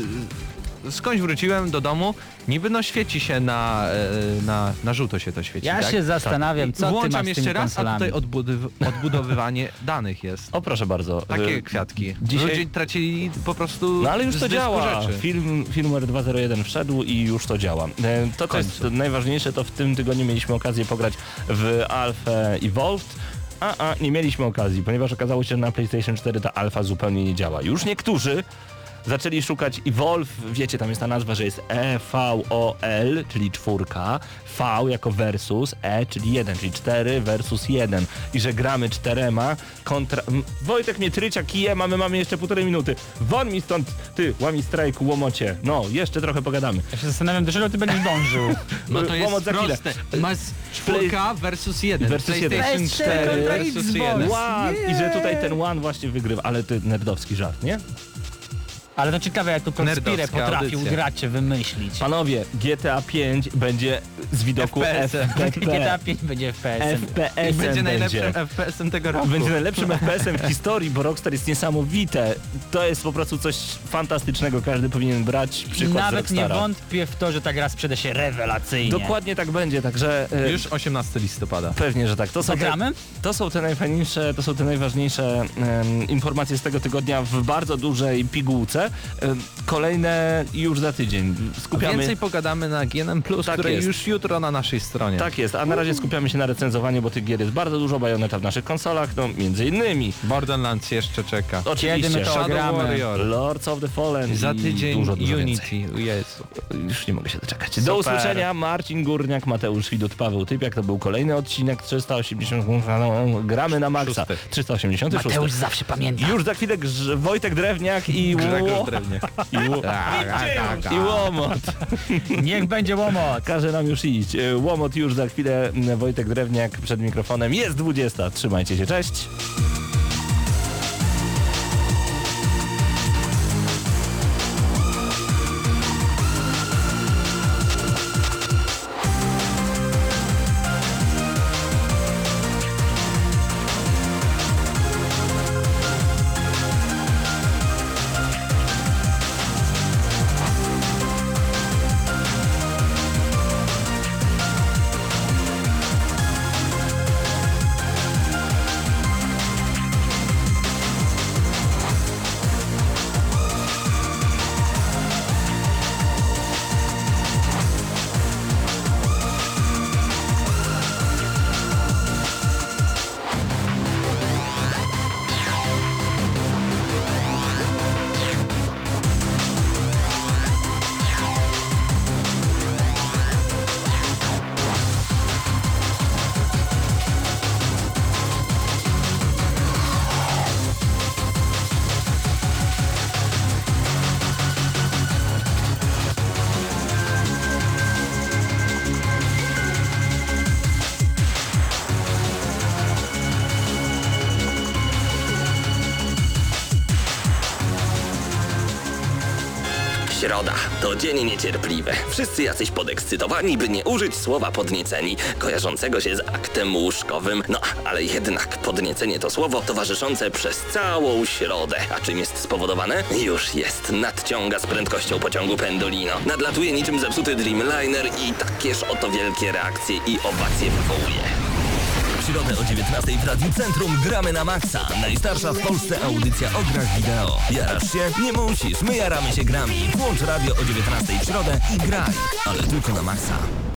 skądś wróciłem do domu, niby no świeci się na, y, na, na żółto się to świeci, Ja tak? się zastanawiam, co ty Włączam masz z jeszcze tymi raz, konsolami. a tutaj odbudow- odbudowywanie danych jest. O proszę bardzo. Takie e, kwiatki. dzisiaj- Ludzie tracili po prostu No ale już z to dysku działa. rzeczy. Film, firmware dwa zero jeden wszedł i już to działa. E, To, co jest końcu. najważniejsze, to w tym tygodniu mieliśmy okazję pograć w Alpha Evolved. A, a, nie mieliśmy okazji, ponieważ okazało się, że na PlayStation cztery ta alfa zupełnie nie działa. Już niektórzy zaczęli szukać Evolve, wiecie, tam jest ta nazwa, że jest E V O L, czyli czwórka, V jako versus, E, czyli jeden, czyli cztery versus jeden i że gramy czterema kontra... M, Wojtek mnie trycia kijem, a my mamy jeszcze półtorej minuty. Won mi stąd, ty, łami strajku, łomocie. No, jeszcze trochę pogadamy. Ja się zastanawiam, do czego ty będziesz dążył. No to jest Łomot za chwilę. proste. Masz czwórka versus jeden. Versus jeden. PlayStation cztery versus Xbox. jeden. One. I że tutaj ten one właśnie wygrywa, ale to nerdowski żart, nie? Ale to ciekawe, jak to Conspire Nerdowska potrafił audycja. gracie wymyślić. Panowie, G T A pięć będzie z widoku F P S-em. G T A pięć będzie F P S-em. F P S I będzie najlepszym F P S-em tego roku. Będzie najlepszym F P S-em w historii, bo Rockstar jest niesamowite. To jest po prostu coś fantastycznego, każdy powinien brać I przykład z nawet nie Rockstara. wątpię w to, że ta gra sprzeda się rewelacyjnie. Dokładnie tak będzie, także e, Już osiemnastego listopada. pewnie, że tak. To są, te, Zagramy? to są te najfajniejsze, to są te najważniejsze em, informacje z tego tygodnia w bardzo dużej pigułce. Em, kolejne już za tydzień. Skupiamy... Więcej pogadamy na G N M plus, Tak które jest. już jutro na naszej stronie. Tak jest, a na razie skupiamy się na recenzowaniu, bo tych gier jest bardzo dużo, Bajoneta w naszych konsolach, no między innymi. Borderlands jeszcze czeka. Oczywiście. Kiedy my to Shadow ogramy? Warrior. Lords of the Fallen Za i tydzień dużo, dużo Unity. więcej. Jezu. Już nie mogę się doczekać. Super. Do usłyszenia, Marcin Górniak, Mateusz Widut, Paweł Typiak. To był kolejny odcinek trzysta osiemdziesiąt. No, gramy na maksa. Szósty. trzysta osiemdziesiąt sześć. Mateusz zawsze pamięta. Już za chwilę Grz- Wojtek Drewniak i, Grzegorz Ło- Drewniak. i, Ło- i Łomot. Niech będzie łomot. Każe nam już iść. E, Łomot już za chwilę. Wojtek Drewniak przed mikrofonem. Jest dwudziesta. Trzymajcie się. Cześć. Środa to dzień niecierpliwy. Wszyscy jacyś podekscytowani, by nie użyć słowa podnieceni, kojarzącego się z aktem łóżkowym. No, ale jednak podniecenie to słowo towarzyszące przez całą środę. A czym jest spowodowane? Już jest. Nadciąga z prędkością pociągu Pendolino. Nadlatuje niczym zepsuty Dreamliner i takież oto wielkie reakcje i owacje wywołuje. W środę o dziewiętnastej w Radiu Centrum gramy na maksa. Najstarsza w Polsce audycja o grach wideo. Jarasz się? Nie musisz. My jaramy się grami. Włącz radio o dziewiętnastej w środę i graj. Ale tylko na maksa.